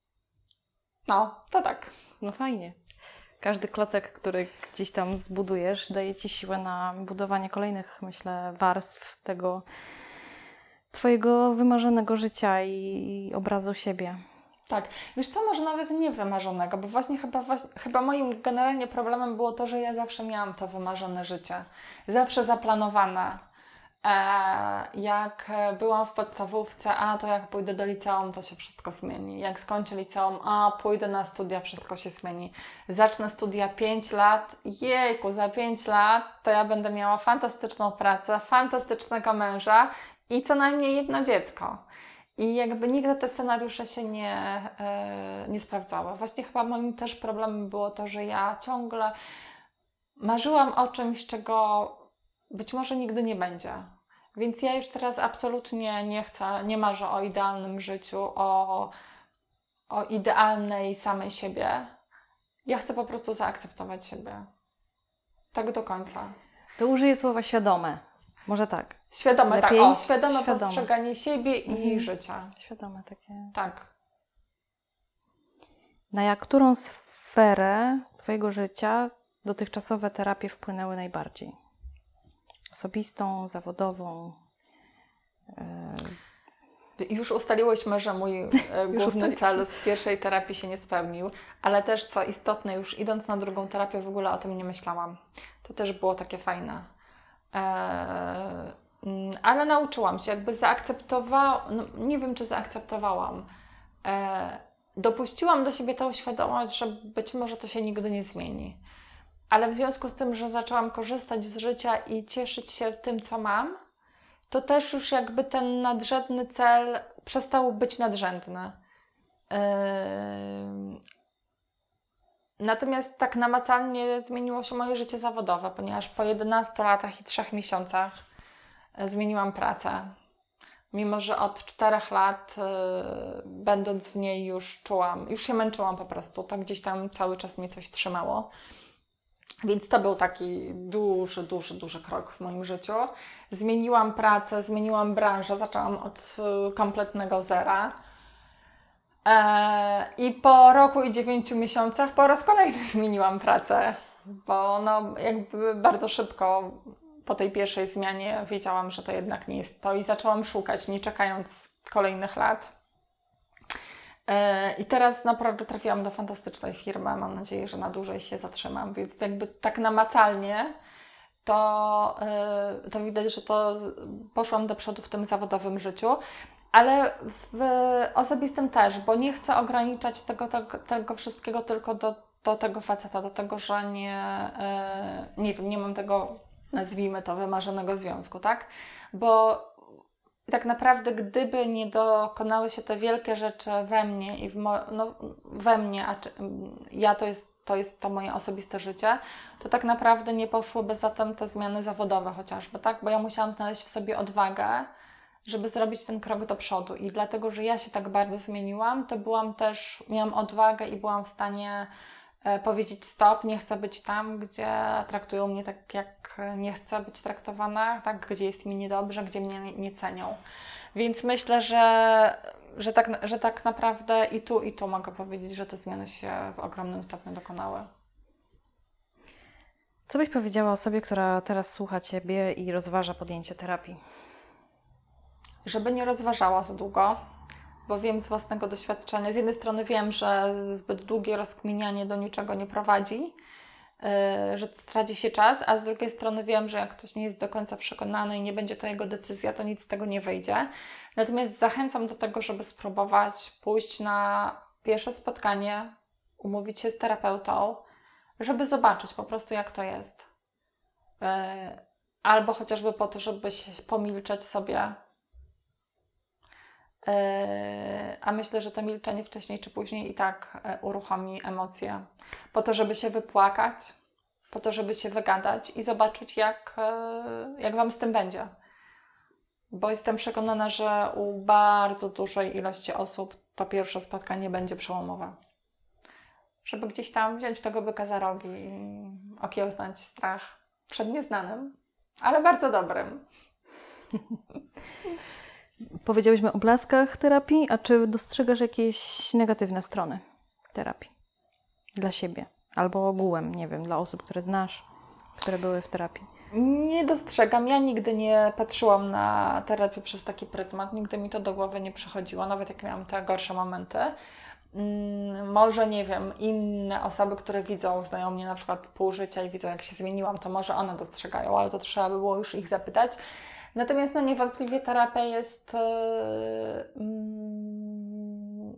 No, to tak. No fajnie. Każdy klocek, który gdzieś tam zbudujesz, daje Ci siłę na budowanie kolejnych, myślę, warstw tego Twojego wymarzonego życia i obrazu siebie. Tak. Wiesz co, może nawet nie wymarzonego, bo właśnie chyba, właśnie, chyba moim generalnie problemem było to, że ja zawsze miałam to wymarzone życie. Zawsze zaplanowane. E, jak byłam w podstawówce, a to jak pójdę do liceum, to się wszystko zmieni. Jak skończę liceum, a pójdę na studia, wszystko się zmieni. Zacznę studia pięć lat, jejku, za pięć lat to ja będę miała fantastyczną pracę, fantastycznego męża i co najmniej jedno dziecko. I jakby nigdy te scenariusze się nie, yy, nie sprawdzały. Właśnie chyba moim też problemem było to, że ja ciągle marzyłam o czymś, czego być może nigdy nie będzie. Więc ja już teraz absolutnie nie chcę, nie marzę o idealnym życiu, o, o idealnej samej siebie. Ja chcę po prostu zaakceptować siebie. Tak do końca. To użyję słowa świadome. Może tak. Świadome, Lepiej? tak. O, świadome, świadome postrzeganie siebie i mhm. życia. Świadome takie. Tak. Na jak którą sferę Twojego życia dotychczasowe terapie wpłynęły najbardziej? Osobistą, zawodową? Yy... Już ustaliłyśmy, że mój e, główny cel z pierwszej terapii się nie spełnił, ale też co istotne, już idąc na drugą terapię w ogóle o tym nie myślałam. To też było takie fajne. Eee, ale nauczyłam się, jakby zaakceptowałam, no, nie wiem czy zaakceptowałam, eee, dopuściłam do siebie tę świadomość, że być może to się nigdy nie zmieni. Ale w związku z tym, że zaczęłam korzystać z życia i cieszyć się tym, co mam, to też już jakby ten nadrzędny cel przestał być nadrzędny. Eee, Natomiast tak namacalnie zmieniło się moje życie zawodowe, ponieważ po jedenastu latach i trzech miesiącach zmieniłam pracę. Mimo że od czterech lat, yy, będąc w niej już czułam, już się męczyłam po prostu, to gdzieś tam cały czas mnie coś trzymało. Więc to był taki duży, duży, duży krok w moim życiu. Zmieniłam pracę, zmieniłam branżę, zaczęłam od yy, kompletnego zera. I po roku i dziewięciu miesiącach po raz kolejny zmieniłam pracę, bo no jakby bardzo szybko po tej pierwszej zmianie wiedziałam, że to jednak nie jest to i zaczęłam szukać, nie czekając kolejnych lat. I teraz naprawdę trafiłam do fantastycznej firmy, mam nadzieję, że na dłużej się zatrzymam, więc jakby tak namacalnie to, to widać, że to poszłam do przodu w tym zawodowym życiu. Ale w osobistym też, bo nie chcę ograniczać tego, tego, tego wszystkiego tylko do, do tego faceta, do tego, że nie, yy, nie wiem, nie mam tego, nazwijmy to, wymarzonego związku, tak? Bo tak naprawdę, gdyby nie dokonały się te wielkie rzeczy we mnie i w mo, no, we mnie, a czy, ja to jest, to jest to moje osobiste życie, to tak naprawdę nie poszłyby zatem te zmiany zawodowe chociażby, tak? Bo ja musiałam znaleźć w sobie odwagę, żeby zrobić ten krok do przodu. I dlatego, że ja się tak bardzo zmieniłam, to byłam też, miałam odwagę i byłam w stanie e, powiedzieć stop, nie chcę być tam, gdzie traktują mnie tak, jak nie chcę być traktowana, tak, gdzie jest mi niedobrze, gdzie mnie nie, nie cenią. Więc myślę, że, że, tak, że tak naprawdę i tu, i tu mogę powiedzieć, że te zmiany się w ogromnym stopniu dokonały. Co byś powiedziała osobie, która teraz słucha Ciebie i rozważa podjęcie terapii? Żeby nie rozważała za długo, bo wiem z własnego doświadczenia. Z jednej strony wiem, że zbyt długie rozkminianie do niczego nie prowadzi, yy, że straci się czas, a z drugiej strony wiem, że jak ktoś nie jest do końca przekonany i nie będzie to jego decyzja, to nic z tego nie wyjdzie. Natomiast zachęcam do tego, żeby spróbować pójść na pierwsze spotkanie, umówić się z terapeutą, żeby zobaczyć po prostu, jak to jest. Yy, albo chociażby po to, żeby się pomilczeć sobie. A myślę, że to milczenie wcześniej czy później i tak uruchomi emocje. Po to, żeby się wypłakać, po to, żeby się wygadać i zobaczyć, jak, jak Wam z tym będzie. Bo jestem przekonana, że u bardzo dużej ilości osób to pierwsze spotkanie będzie przełomowe. Żeby gdzieś tam wziąć tego byka za rogi i okiełznać strach przed nieznanym, ale bardzo dobrym. Powiedziałyśmy o blaskach terapii, a czy dostrzegasz jakieś negatywne strony terapii dla siebie? Albo ogółem, nie wiem, dla osób, które znasz, które były w terapii? Nie dostrzegam. Ja nigdy nie patrzyłam na terapię przez taki pryzmat. Nigdy mi to do głowy nie przychodziło, nawet jak miałam te gorsze momenty. Hmm, może, nie wiem, inne osoby, które widzą, znają mnie na przykład pół życia i widzą, jak się zmieniłam, to może one dostrzegają, ale to trzeba by było już ich zapytać. Natomiast no niewątpliwie terapia jest yy, yy,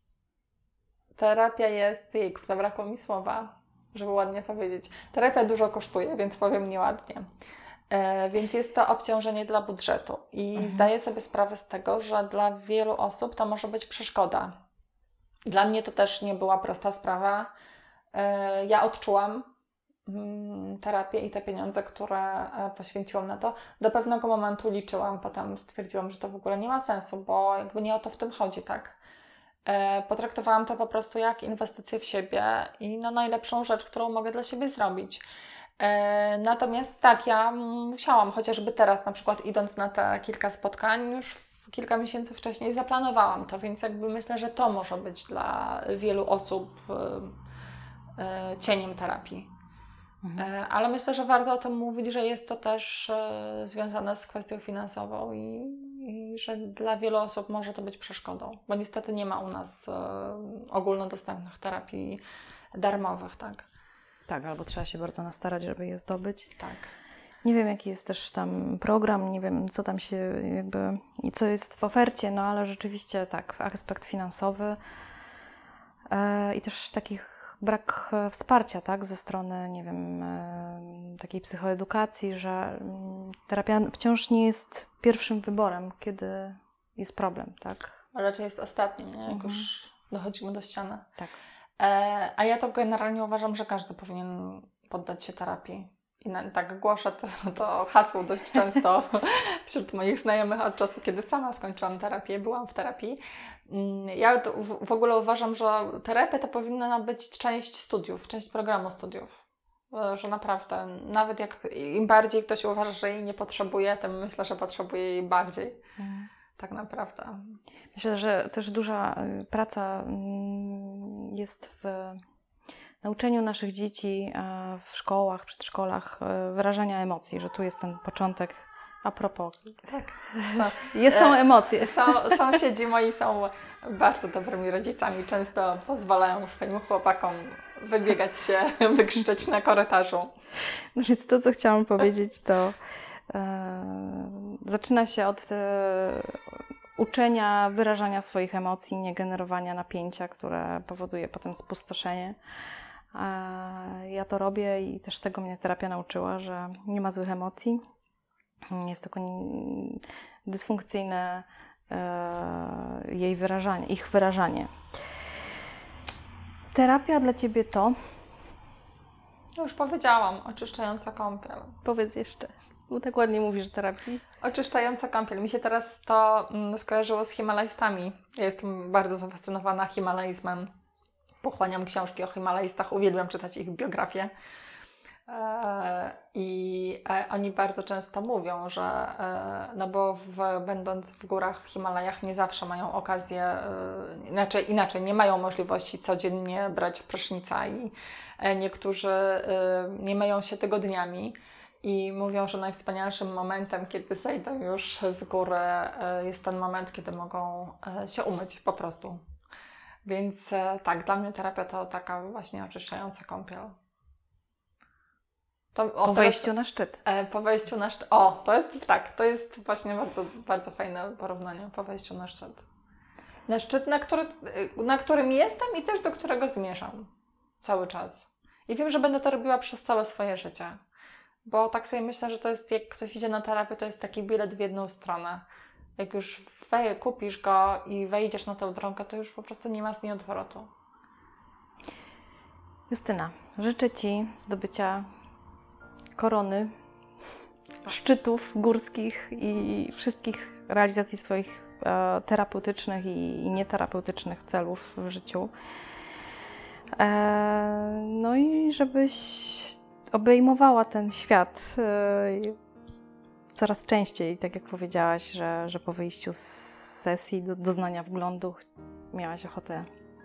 terapia jest, jejku, zabrakło mi słowa, żeby ładnie powiedzieć. Terapia dużo kosztuje, więc powiem nieładnie. Yy, więc jest to obciążenie dla budżetu i mhm. zdaję sobie sprawę z tego, że dla wielu osób to może być przeszkoda. Dla mnie to też nie była prosta sprawa. Yy, ja odczułam terapię i te pieniądze, które poświęciłam na to, do pewnego momentu liczyłam, potem stwierdziłam, że to w ogóle nie ma sensu, bo jakby nie o to w tym chodzi, tak? Potraktowałam to po prostu jak inwestycję w siebie i no najlepszą rzecz, którą mogę dla siebie zrobić. Natomiast tak, ja musiałam, chociażby teraz na przykład idąc na te kilka spotkań, już kilka miesięcy wcześniej zaplanowałam to, więc jakby myślę, że to może być dla wielu osób cieniem terapii. Mhm. Ale myślę, że warto o tym mówić, że jest to też e, związane z kwestią finansową i, i że dla wielu osób może to być przeszkodą, bo niestety nie ma u nas e, ogólnodostępnych terapii darmowych, tak? Tak, albo trzeba się bardzo nastarać, żeby je zdobyć. Tak. Nie wiem, jaki jest też tam program, nie wiem, co tam się jakby, i co jest w ofercie, no ale rzeczywiście tak, aspekt finansowy e, i też takich brak wsparcia, tak, ze strony, nie wiem, takiej psychoedukacji, że terapia wciąż nie jest pierwszym wyborem, kiedy jest problem, tak? A raczej jest ostatnim, nie? Jak mhm. już dochodzimy do ściany. Tak. E, a ja to generalnie uważam, że każdy powinien poddać się terapii. I na, tak głoszę to, to hasło dość często wśród moich znajomych od czasu, kiedy sama skończyłam terapię, byłam w terapii. Ja to w, w ogóle uważam, że terapia to powinna być część studiów, część programu studiów. Że naprawdę, nawet jak im bardziej ktoś uważa, że jej nie potrzebuje, tym myślę, że potrzebuje jej bardziej. Mhm. Tak naprawdę. Myślę, że też duża praca jest w nauczeniu naszych dzieci w szkołach, przedszkolach wyrażania emocji, że tu jest ten początek. A propos, tak. So, jest, są emocje. Są, sąsiedzi moi są bardzo dobrymi rodzicami. Często pozwalają swoim chłopakom wybiegać się, wykrzyczeć na korytarzu. No więc to, co chciałam powiedzieć, to e, zaczyna się od e, uczenia wyrażania swoich emocji, nie generowania napięcia, które powoduje potem spustoszenie. Ja to robię i też tego mnie terapia nauczyła, że nie ma złych emocji. Jest tylko dysfunkcyjne jej wyrażanie, ich wyrażanie. Terapia dla Ciebie to? Już powiedziałam, oczyszczająca kąpiel. Powiedz jeszcze, bo tak ładnie mówisz terapii. Oczyszczająca kąpiel. Mi się teraz to skojarzyło z himalajstami. Ja jestem bardzo zafascynowana himalaizmem. Pochłaniam książki o himalajstach, uwielbiam czytać ich biografię. I oni bardzo często mówią, że no bo w, będąc w górach, w Himalajach nie zawsze mają okazję, inaczej, inaczej nie mają możliwości codziennie brać prysznica i niektórzy nie myją się tygodniami i mówią, że najwspanialszym momentem, kiedy zejdą już z góry, jest ten moment, kiedy mogą się umyć po prostu. Więc tak, dla mnie terapia to taka właśnie oczyszczająca kąpiel. To, o, po wejściu teraz, na szczyt. E, po wejściu na szczyt. O, to jest tak, to jest właśnie bardzo, bardzo fajne porównanie. Po wejściu na szczyt. Na szczyt, na, który, na którym jestem i też do którego zmierzam cały czas. I wiem, że będę to robiła przez całe swoje życie. Bo tak sobie myślę, że to jest, jak ktoś idzie na terapię, to jest taki bilet w jedną stronę. Jak już we, kupisz go i wejdziesz na tę drogę, to już po prostu nie ma z niej odwrotu. Justyna, życzę Ci zdobycia korony, szczytów górskich i wszystkich realizacji swoich e, terapeutycznych i, i nieterapeutycznych celów w życiu. E, no i żebyś obejmowała ten świat e, coraz częściej, tak jak powiedziałaś, że, że po wyjściu z sesji do doznania wglądu miałaś ochotę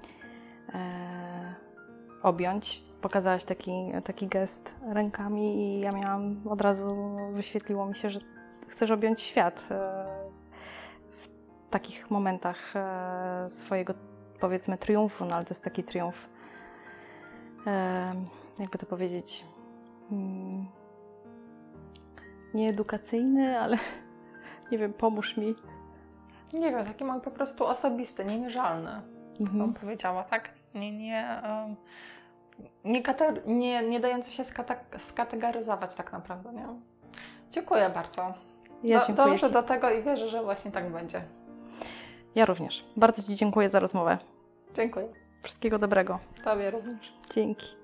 e, objąć. Pokazałaś taki, taki gest rękami i ja miałam, od razu wyświetliło mi się, że chcesz objąć świat e, w takich momentach e, swojego, powiedzmy, triumfu, no ale to jest taki triumf, e, jakby to powiedzieć, hmm, nieedukacyjny, ale nie wiem, pomóż mi. Nie wiem, taki mój po prostu osobisty, niemierzalny, Mhm. bym powiedziała, tak? Nie, nie, um, nie, kate- nie, nie dający się skata- skategoryzować tak naprawdę, nie? Dziękuję bardzo. Ja do, dziękuję dążę Ci. do tego i wierzę, że właśnie tak będzie. Ja również. Bardzo Ci dziękuję za rozmowę. Dziękuję. Wszystkiego dobrego. Tobie również. Dzięki.